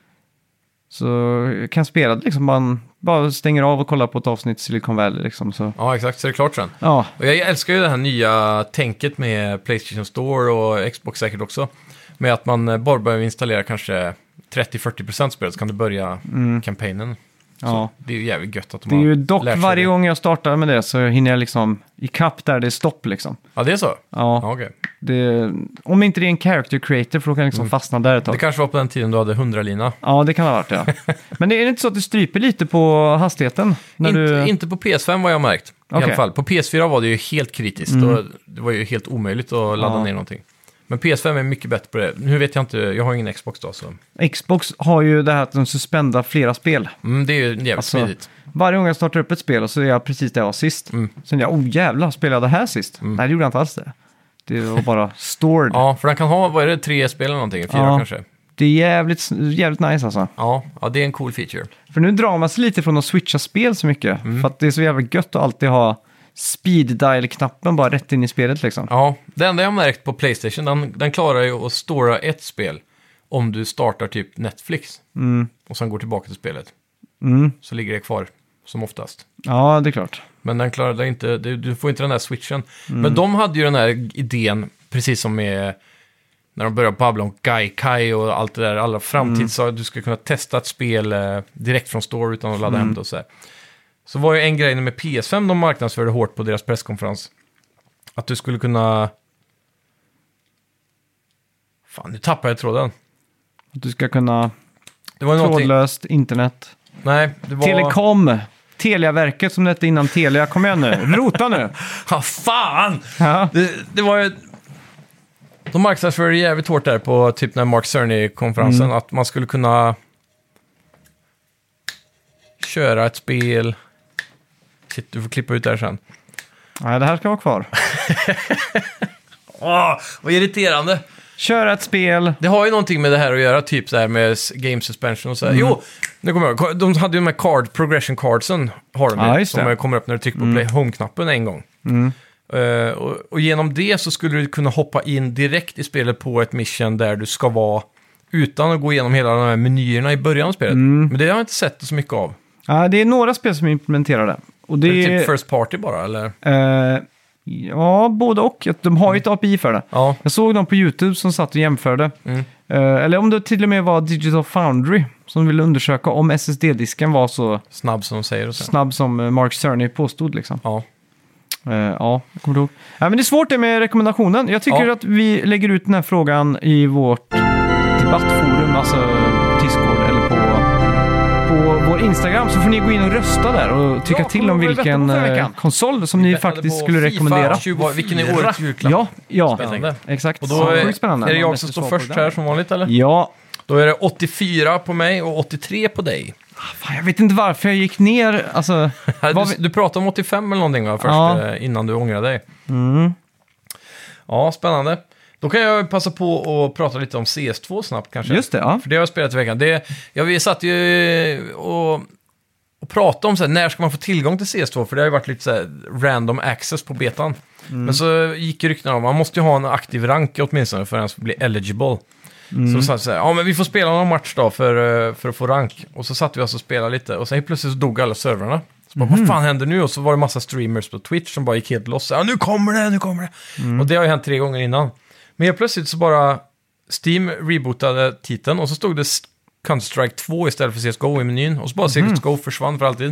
Så jag kan spela det liksom, man bara stänger av och kollar på ett avsnitt Silicon Valley liksom. Så. Ja, exakt. Så är det klart sen. Ja. Och jag älskar ju det här nya tänket med PlayStation Store och Xbox säkert också. Med att man bara behöver installera kanske trettio till fyrtio procent spel så kan du börja mm. kampanjen. Ja. Så det är ju jävligt gött att de Det är har ju dock lärt sig varje det. gång jag startar med det så hinner jag liksom i kapp där det är stopp liksom. Ja, det är så? Ja, Ja, okej. det, om inte det är en character creator för då kan jag liksom Mm. fastna där ett tag. Det kanske var på den tiden du hade hundra-lina. Ja, det kan det ha varit, ja. Men det är inte så att det stryper lite på hastigheten? När Inte, du... inte på P S fem vad jag har märkt. I Okej. alla fall. På P S fyra var det ju helt kritiskt. Mm. Då, det var ju helt omöjligt att ladda Ja. ner någonting. Men P S fem är mycket bättre på det. Nu vet jag inte, jag har ingen Xbox då. Så. Xbox har ju det här att de suspendar flera spel. Mm, det är ju jävligt Alltså, smidigt. Varje gång jag startar upp ett spel och så är jag precis där jag var sist. Mm. Sen jag, oh jävlar, spelade jag det här sist? Mm. Nej, det gjorde jag inte alls det. Det var bara stored. Ja, för den kan ha, vad är det, tre spel eller någonting? Fyra Ja. kanske? Det är jävligt, jävligt nice alltså. Ja, ja, det är en cool feature. För nu drar man sig lite från att switcha spel så mycket. Mm. För att det är så jävla gött att alltid ha speed dial-knappen bara rätt in i spelet liksom. Ja, det enda jag har märkt på PlayStation, den, den klarar ju att stora ett spel om du startar typ Netflix Mm. och sen går tillbaka till spelet. Mm. Så ligger det kvar som oftast. Ja, det är klart. Men den klarar det inte, du, du får inte den där switchen. Mm. Men de hade ju den här idén, precis som med när de började babbla om Gaikai och allt det där, alla framtids, mm. du ska kunna testa ett spel eh, direkt från store utan att ladda Mm. hem det och så här. Så var ju en grej med P S fem de marknadsförde hårt på deras presskonferens. Att du skulle kunna... Fan, nu tappar jag tråden. Du ska kunna Det var någonting... trådlöst internet. Nej, det var... Telekom. Teliaverket som det hette innan Telia. Kom igen nu. Rota nu. Ja, fan! Ja. Det, det var ju... De marknadsförde jävligt hårt där på typ när Mark Cerny-konferensen. Mm. Att man skulle kunna köra ett spel... Shit, du får klippa ut det här sen. Nej, det här ska vara kvar. Åh, vad irriterande! Köra ett spel. Det har ju någonting med det här att göra, typ så här med s- game suspension och så här. Mm. Jo, nu kommer jag ihåg. De hade ju de här card, progression cardsen, har de ju, Ja, just det. som kommer upp när du trycker på play home-knappen en gång. Mm. Eh, och, och genom det så skulle du kunna hoppa in direkt i spelet på ett mission där du ska vara utan att gå igenom hela de här menyerna i början av spelet. Mm. Men det har jag inte sett så mycket av. Ja, det är några spel som implementerar det. Och det Är det är... typ first party bara, eller? eh, ja, både och. De har ju ett A P I för det. Ja. Jag såg dem på YouTube som satt och jämförde. Mm. Eh, eller om det till och med var Digital Foundry som ville undersöka om S S D-disken var så Snabb som de säger och så. snabb som eh, Mark Cerny påstod. Liksom. Ja. Eh, ja, jag kommer ihåg. Ja, men det är svårt det med rekommendationen. Jag tycker Ja. att vi lägger ut den här frågan i vårt debattforum, alltså Discord, eller på, på vår Instagram. Så får ni gå in och rösta där och tycka Ja, till kommer om du ihåg vad vi vilken bettade på förra eh, veckan? konsol som ni bettade faktiskt på skulle FIFA rekommendera. tjugofyra. Vilken är årets julklapp? Ja, ja, Spännande. exakt. Och då är, Sjukt spännande. är det Man jag som måste står svara på först det. här som vanligt, eller? Ja. Då är det åttiofyra på mig och åttiotre på dig. Fan, jag vet inte varför jag gick ner. Alltså, Du, vad vi- du pratade om åttiofem eller någonting va, först Ja. eh, innan du ångrade dig. mm. Ja, spännande. Då kan jag passa på att prata lite om C S två snabbt kanske. Just det, ja. För det har jag spelat i veckan. Det, ja, vi satt ju och, och pratade om så här, när ska man få tillgång till C S två? För det har ju varit lite så här, random access på betan. Mm. Men så gick ju ryktena om man måste ju ha en aktiv rank åtminstone för att ens bli eligible. Mm. Så då sa jag så här, ja men vi får spela någon match då för, eh, för att få rank. Och så satt vi oss och spelade lite och sen helt plötsligt så dog alla servrarna. Så bara, Mhm. vad fan händer nu? Och så var det massa streamers på Twitch som bara gick helt loss. Ja, nu kommer det, nu kommer det. Mm. Och det har ju hänt tre gånger innan. Men helt plötsligt så bara Steam rebootade titeln och så stod det Counter-Strike två istället för C S G O i menyn. Och så bara C S G O försvann för alltid.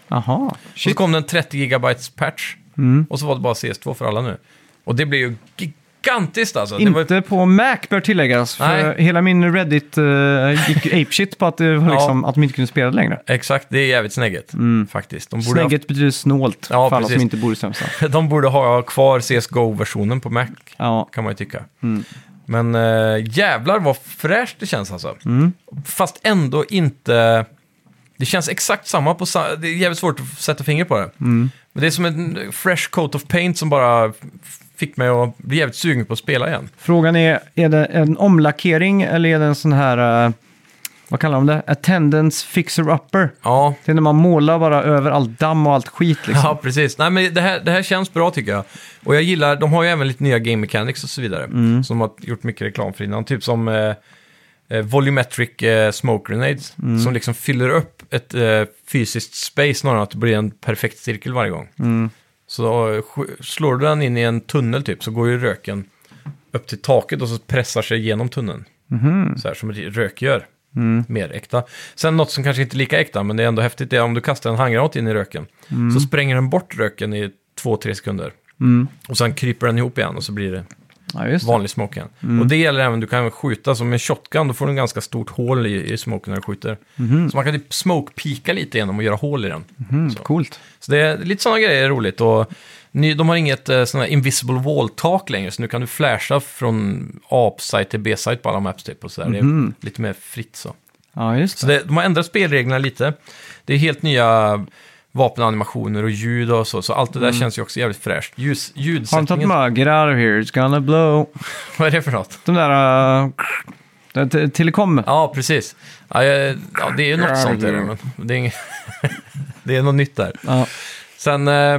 Aha, och så kom det en trettio gigabytes patch. Mm. Och så var det bara C S två för alla nu. Och det blev ju gigantiskt alltså. Inte det var... på Mac bör tilläggas. För Nej. hela min Reddit uh, gick apeshit på att, det var liksom, ja. att de inte kunde spela längre. Exakt, det är jävligt snägget mm. faktiskt. De borde snägget ha... betyder snålt ja, för alla precis. som inte bor i Strömstad. De borde ha kvar C S G O-versionen på Mac, ja. kan man ju tycka. Mm. Men äh, jävlar vad fräscht det känns alltså. Mm. Fast ändå inte... Det känns exakt samma på... Sa... Det är jävligt svårt att sätta finger på det. Mm. Men det är som en fresh coat of paint som bara fick mig att bli jävligt sugen på att spela igen. Frågan är, är det en omlackering eller är det en sån här... Uh, vad kallar de det? Attendance fixer-upper. Ja. Det är när man målar bara över allt damm och allt skit liksom. Ja, precis. Nej, men det här, det här känns bra tycker jag. Och jag gillar... De har ju även lite nya game mechanics och så vidare. Mm. Som de har gjort mycket reklam för innan. Typ som... Uh, Eh, volumetric eh, smoke grenades mm. som liksom fyller upp ett eh, fysiskt space snarare än att det blir en perfekt cirkel varje gång. Mm. Så eh, slår du den in i en tunnel typ så går ju röken upp till taket och så pressar sig igenom tunneln. Mm. Så här som rök gör. Mm. Mer äkta. Sen något som kanske inte är lika äkta men det är ändå häftigt är om du kastar en handgranat in i röken mm. så spränger den bort röken i två tre sekunder. Mm. Och sen kryper den ihop igen och så blir det ja, vanlig smoke igen. Mm. Och det gäller även, du kan skjuta som en shotgun, då får du en ganska stort hål i, i smoken när du skjuter. Mm. Så man kan typ smoke-pika lite genom och göra hål i den. Mm. Så. Coolt. Så det är lite sådana grejer är roligt. Och ny, de har inget eh, sån här invisible wall-tak längre, så nu kan du flasha från A-site till B-site på alla maps typ. Och så mm. Det är lite mer fritt så. Ja, just det. Så det, de har ändrat spelreglerna lite. Det är helt nya... vapenanimationer och ljud och så. Så allt det där mm. känns ju också jävligt fräscht. Ljus, ljudsättningen... Har de tagit med Get out of here, it's gonna blow. Vad är det för något? De där... Uh, te- telekom. Ja, precis. Ja, ja, det är ju något sånt där. Men det, är inget det är något nytt där. Ja. Sen uh,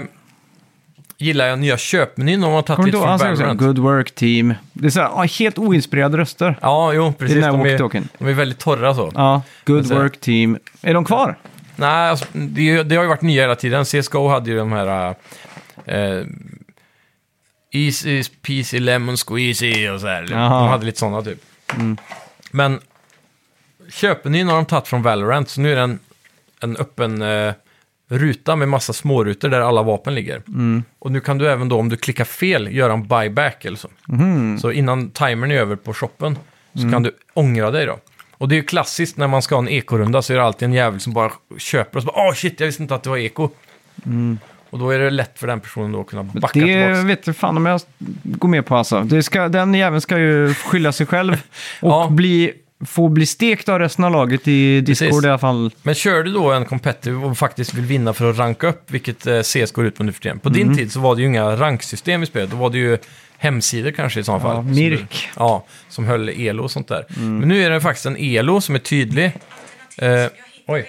gillar jag nya köpmenyn om man har tagit lite från Valorant. Good work team. Det är så här, helt oinspirerade röster. Ja, jo, precis. De är, de är väldigt torra så. Ja, good så, work team. Är de kvar? Nej, alltså, det, det har ju varit nya hela tiden. C S G O hade ju de här uh, Easy, Peasy, Lemon Squeezy och så här. Aha. De hade lite sådana typ. Mm. Men köpmenyn har de tagit från Valorant, så nu är det en, en öppen uh, ruta med massa smårutor där alla vapen ligger. Mm. Och nu kan du även då, om du klickar fel, göra en buyback eller så. Mm. Så innan timern är över på shoppen så mm. kan du ångra dig då. Och det är ju klassiskt när man ska ha en ekorunda så är det alltid en jävel som bara köper och så bara, åh shit, jag visste inte att det var eko. Mm. Och då är det lätt för den personen då att kunna backa det tillbaka. Det vet du fan om jag går med på alltså. Det ska, den jäveln ska ju skylla sig själv och ja. bli, få bli stekt av resten av laget i Discord. Precis. I alla fall. Men kör du då en competitive och faktiskt vill vinna för att ranka upp, vilket eh, C S går ut på nu för tiden. På mm. din tid så var det ju inga ranksystem i spelet. Då var det ju hemsidor kanske i så fall. Ja, Mirk. Som, ja, som höll elo och sånt där. Mm. Men nu är det faktiskt en elo som är tydlig. Eh, oj.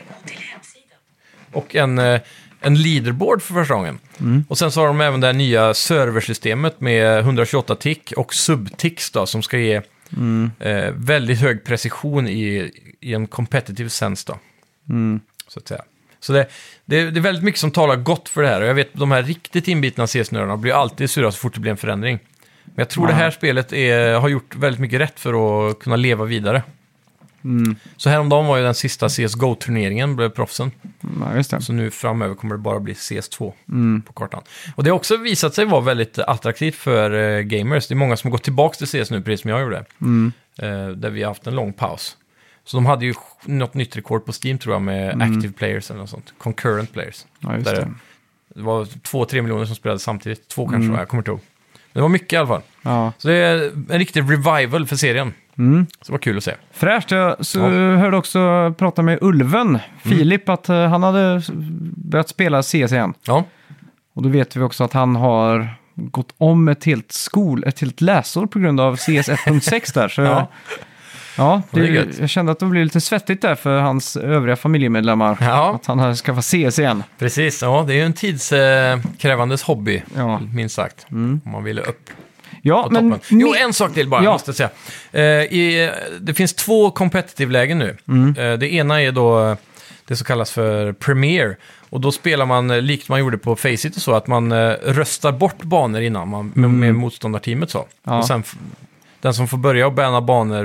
Och en, eh, en leaderboard för första gången. Mm. Och sen så har de även det här nya serversystemet med hundratjugoåtta tick och subticks då, som ska ge mm. eh, väldigt hög precision i, i en competitive sense då. Mm. Så att säga. Så det, det, det är väldigt mycket som talar gott för det här. Och jag vet, de här riktigt inbitna C S-nördarna blir alltid sura så fort det blir en förändring. Men jag tror mm. det här spelet är, har gjort väldigt mycket rätt för att kunna leva vidare. Mm. Så häromdagen var ju den sista C S G O-turneringen, blev proffsen. Ja, just det. Så nu framöver kommer det bara bli C S två mm. på kartan. Och det har också visat sig vara väldigt attraktivt för uh, gamers. Det är många som har gått tillbaka till C S nu, precis som jag gjorde. Mm. Uh, där vi har haft en lång paus. Så de hade ju något nytt rekord på Steam tror jag med mm. active players eller något sånt. Concurrent players. Ja, just där det. Det var två, tre miljoner som spelade samtidigt. Två kanske, mm. jag kommer inte ihåg. Men det var mycket i alla fall. Ja. Så det är en riktig revival för serien. Mm. Så det var kul att se. Fräscht. Jag så ja. hörde också prata med Ulven, mm. Filip, att uh, han hade börjat spela C S igen. Ja. Och då vet vi också att han har gått om ett helt skol, ett helt läsår på grund av C S ett punkt sex där. Så ja. Ja, det, det jag kände att det blev lite svettigt där för hans övriga familjemedlemmar. Ja. Att han hade skaffat C S igen. Precis, ja. Det är ju en tidskrävandes hobby, ja. minst sagt. Mm. Om man ville upp. Ja, men... Jo, en sak till bara, ja. måste jag säga. Uh, i, det finns två competitive-lägen nu. Mm. Uh, det ena är då det som kallas för Premier. Och då spelar man, likt man gjorde på Faceit och så, att man uh, röstar bort banor innan man, mm. med, med motståndarteamet så. Ja. Och sen... Den som får börja och bänna banor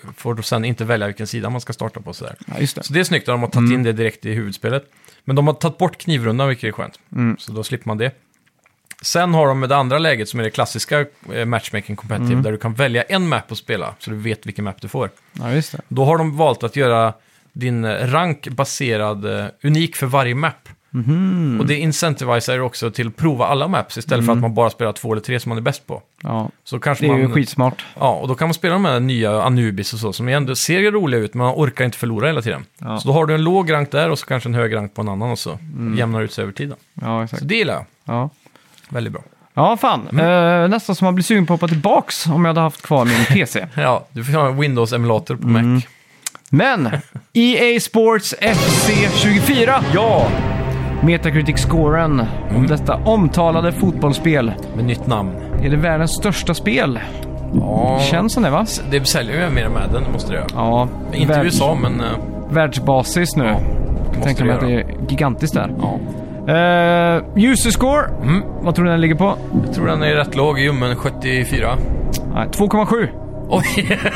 får sen inte välja vilken sida man ska starta på. Sådär. Ja, just det. Så det är snyggt att de har tagit mm. in det direkt i huvudspelet. Men de har tagit bort knivrundan, vilket är skönt. Mm. Så då slipper man det. Sen har de med det andra läget som är det klassiska eh, matchmaking competitive, mm. där du kan välja en map att spela, så du vet vilken map du får. Ja, just det. Då har de valt att göra din rank baserad, uh, unik för varje map. Mm. Och det incentiviserar också till att prova alla maps istället mm. för att man bara spelar två eller tre som man är bäst på. Ja, så kanske det är man, ju skitsmart. Ja, och då kan man spela de här nya Anubis och så, som ändå ser roliga ut, men man orkar inte förlora hela tiden. Ja. Så då har du en låg rank där och så kanske en hög rank på en annan och så mm. jämnar ut sig över tiden. Ja, exakt. Så det gillar jag. Ja. Väldigt bra. Ja, fan. Mm. Uh, nästan som man blir sugen på att hoppa tillbaks om jag hade haft kvar min P C. Ja, du får ha en Windows-emulator på mm. Mac. Men, E A Sports F C tjugofyra. Ja! Metacritic-scoren mm. om detta omtalade fotbollsspel. Med nytt namn. Är det världens största spel? Ja. Känns som det, va? Det säljer ju mer med den, måste det göra. Ja. Inte i världs- U S A, men... Uh... Världsbasis nu. Ja, jag tänker mig att det är gigantiskt där. Ja. Uh, user score. Mm. Vad tror du den ligger på? Jag tror den är rätt låg, i men sjuttiofyra. Nej, två komma sju. Oj,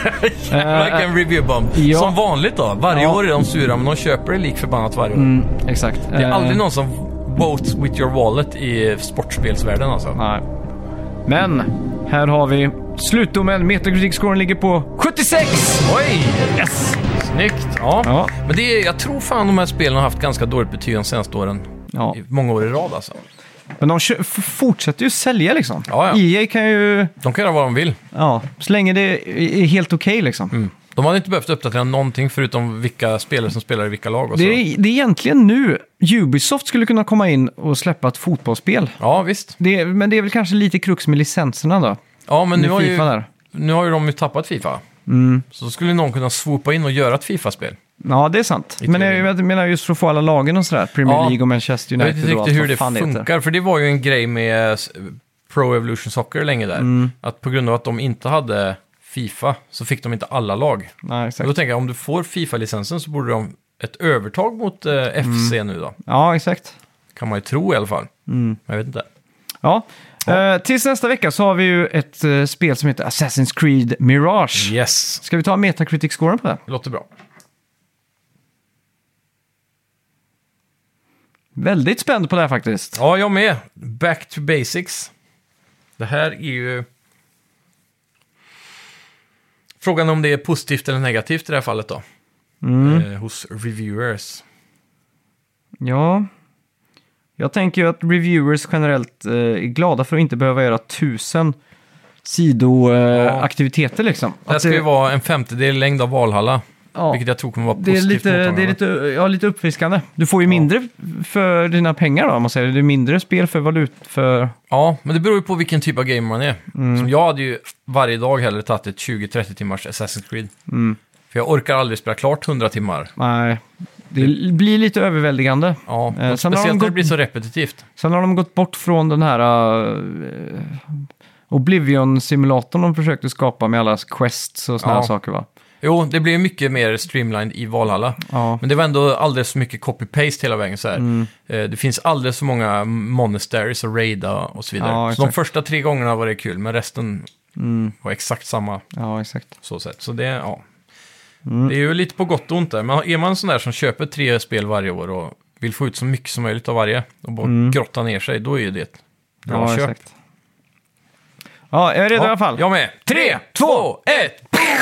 jävlar vilken review-bomb. Ja. Som vanligt då. Varje ja. år är de sura, men de köper det lik förbannat varje år. Mm, exakt. Det är uh, aldrig någon som vote with your wallet i sportspelsvärlden alltså. Nej. Men, här har vi slutdomen. Metacritic-scoren ligger på sjuttiosex! Oj! Yes! Snyggt. Ja. ja. Men det är, jag tror fan de här spelen har haft ganska dåligt betyg de senaste åren. Ja. I många år i rad alltså. Men de kö- fortsätter ju sälja liksom. Ja, ja. E A kan ju... De kan göra vad de vill. Ja, så länge det är helt okej okay, liksom. Mm. De hade inte behövt uppdatera någonting förutom vilka spelare som spelar i vilka lag och så. Det är, det är egentligen nu Ubisoft skulle kunna komma in och släppa ett fotbollsspel. Ja, visst. Det är, men det är väl kanske lite krux med licenserna då. Ja, men nu har, FIFA ju, där. nu har ju de ju tappat FIFA. Mm. Så skulle någon kunna swoopa in och göra ett FIFA-spel. Ja, det är sant. Men jag, jag menar just för att få alla lagen och sådär. Premier ja. League och Manchester United. Jag vet inte riktigt hur det funkar. Heter. För det var ju en grej med Pro Evolution Soccer länge där. Mm. Att på grund av att de inte hade FIFA så fick de inte alla lag. Nej, exakt. Och då tänker jag, om du får FIFA-licensen så borde de ett övertag mot eh, F C mm. nu då. Ja, exakt. Kan man ju tro i alla fall. Mm. Jag vet inte. Ja. Ja. Uh, tills nästa vecka så har vi ju ett uh, spel som heter Assassin's Creed Mirage. Yes. Ska vi ta Metacritic-scoren på det? Det låter bra. Väldigt spänd på det här faktiskt. Ja, jag med. Back to basics. Det här är ju... Frågan om det är positivt eller negativt i det här fallet då. Mm. Eh, hos reviewers. Ja... Jag tänker ju att reviewers generellt eh, är glada för att inte behöva göra tusen sidoaktiviteter eh, ja. liksom. Det här ska det... ju vara en femtedel längd av Valhalla. Ja. Vilket jag tror kommer vara positivt. Det är lite, det är lite, ja, lite uppfriskande. Du får ju ja. mindre för dina pengar då, om man säger. Det är mindre spel för valut för... Ja, men det beror ju på vilken typ av game man är. Mm. Som jag hade ju varje dag hellre tagit ett tjugo till trettio timmars Assassin's Creed. Mm. För jag orkar aldrig spela klart hundra timmar. Nej, det blir lite överväldigande. Ja, eh, speciellt när gått, det blir så repetitivt. Sen har de gått bort från den här uh, Oblivion-simulatorn de försökte skapa med alla quests och såna ja. här saker, va? Jo, det blev mycket mer streamlined i Valhalla. Ja. Men det var ändå alldeles för mycket copy-paste hela vägen. Så här. Mm. Eh, det finns alldeles för många monasteries och raida och så vidare. Ja, så de första tre gångerna var det kul, men resten mm. var exakt samma. Ja, exakt. Så sätt. Så det, ja. Mm. Det är ju lite på gott och ont där. Men är man sån där som köper tre spel varje år och vill få ut så mycket som möjligt av varje och bara mm. grotta ner sig, då är ju det ett bra ja, köp. Exakt. Ja, jag är redo ja, i alla fall. Jag med. Tre, två, ett!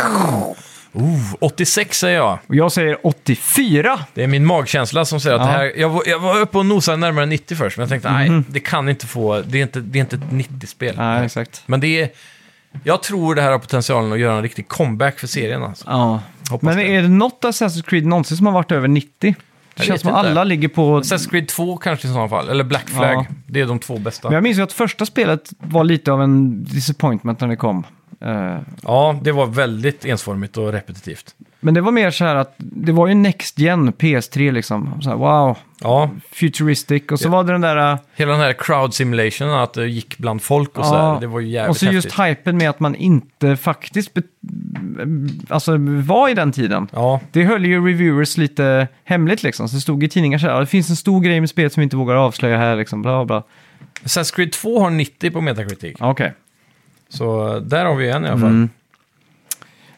Oh, åttiosex säger jag. Och jag säger åttiofyra. Det är min magkänsla som säger att ja. det här... Jag var, jag var uppe och nosade närmare nittio först, men jag tänkte mm. nej, det kan inte få... Det är inte, det är inte ett nittio-spel. Nej, exakt. Men det är... Jag tror det här har potentialen att göra en riktig comeback för serien. Alltså. Ja. Men är det något Assassin's Creed någonsin som har varit över nittio? Det känns som att alla ligger på... Assassin's Creed två kanske i sådana fall. Eller Black Flag. Ja. Det är de två bästa. Men jag minns ju att första spelet var lite av en disappointment när det kom. Uh... Ja, det var väldigt ensformigt och repetitivt. Men det var mer så här att det var ju Next Gen, P S tre liksom. Så här, wow, ja. Futuristic. Och så ja. var det den där... Uh... Hela den här crowd simulation, att det gick bland folk och ja. så här. Det var ju jävligt Och så just häftigt. hypen med att man inte faktiskt be... alltså, var i den tiden. Ja. Det höll ju reviewers lite hemligt liksom. Så det stod i tidningar så här, det finns en stor grej med spelet som vi inte vågar avslöja här liksom. Bla bla. Assassin's Creed två har nittio på Metacritic. Okej. Okay. Så där har vi en i alla fall. Mm.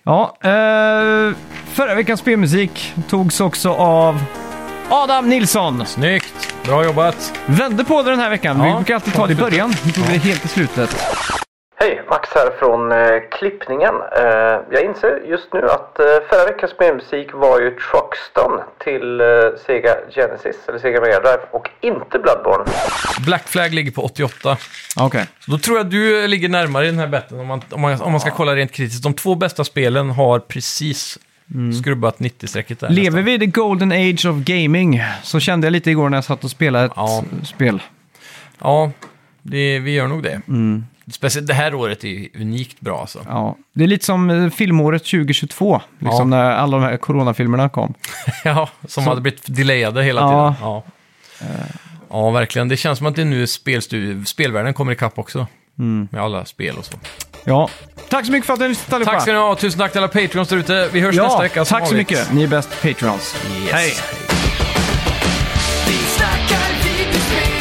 Ja, eh, förra veckans spelmusik togs också av Adam Nilsson. Snyggt, bra jobbat. Vände på det den här veckan. Vi Ja, brukar alltid ta det i början. Vi tog det helt i slutet. Hej, Max här från eh, klippningen. Eh, jag inser just nu att eh, förra veckans spelmusik var ju Truxton till eh, Sega Genesis, eller Sega Mega Drive, och inte Bloodborne. Black Flag ligger på åttioåtta. Okej. Okay. Då tror jag att du ligger närmare i den här betten om man, om man, om man ska kolla rent kritiskt. De två bästa spelen har precis mm. skrubbat nittio-strecket där. Lever nästan. vi i the golden age of gaming, så kände jag lite igår när jag satt och spelade ett ja. spel. Ja, det, vi gör nog det. Mm. Speciellt det här året är unikt bra alltså. Ja, det är lite som filmåret tjugohundratjugotvå, liksom ja. när alla de här coronafilmerna kom. ja, som så... hade blivit delayade hela ja. tiden. Ja. Uh. ja, verkligen. Det känns som att det nu är spelstudie. Spelvärlden kommer ikapp också. Mm. Med alla spel och så. Ja, tack så mycket för att ni lyssnade. Tack ska ni ha. Tusen tack till alla Patreons där ute. Vi hörs ja, nästa vecka. Tack så mycket. Ni är bäst Patreons. Yes. Hej. Vi snackar videospel.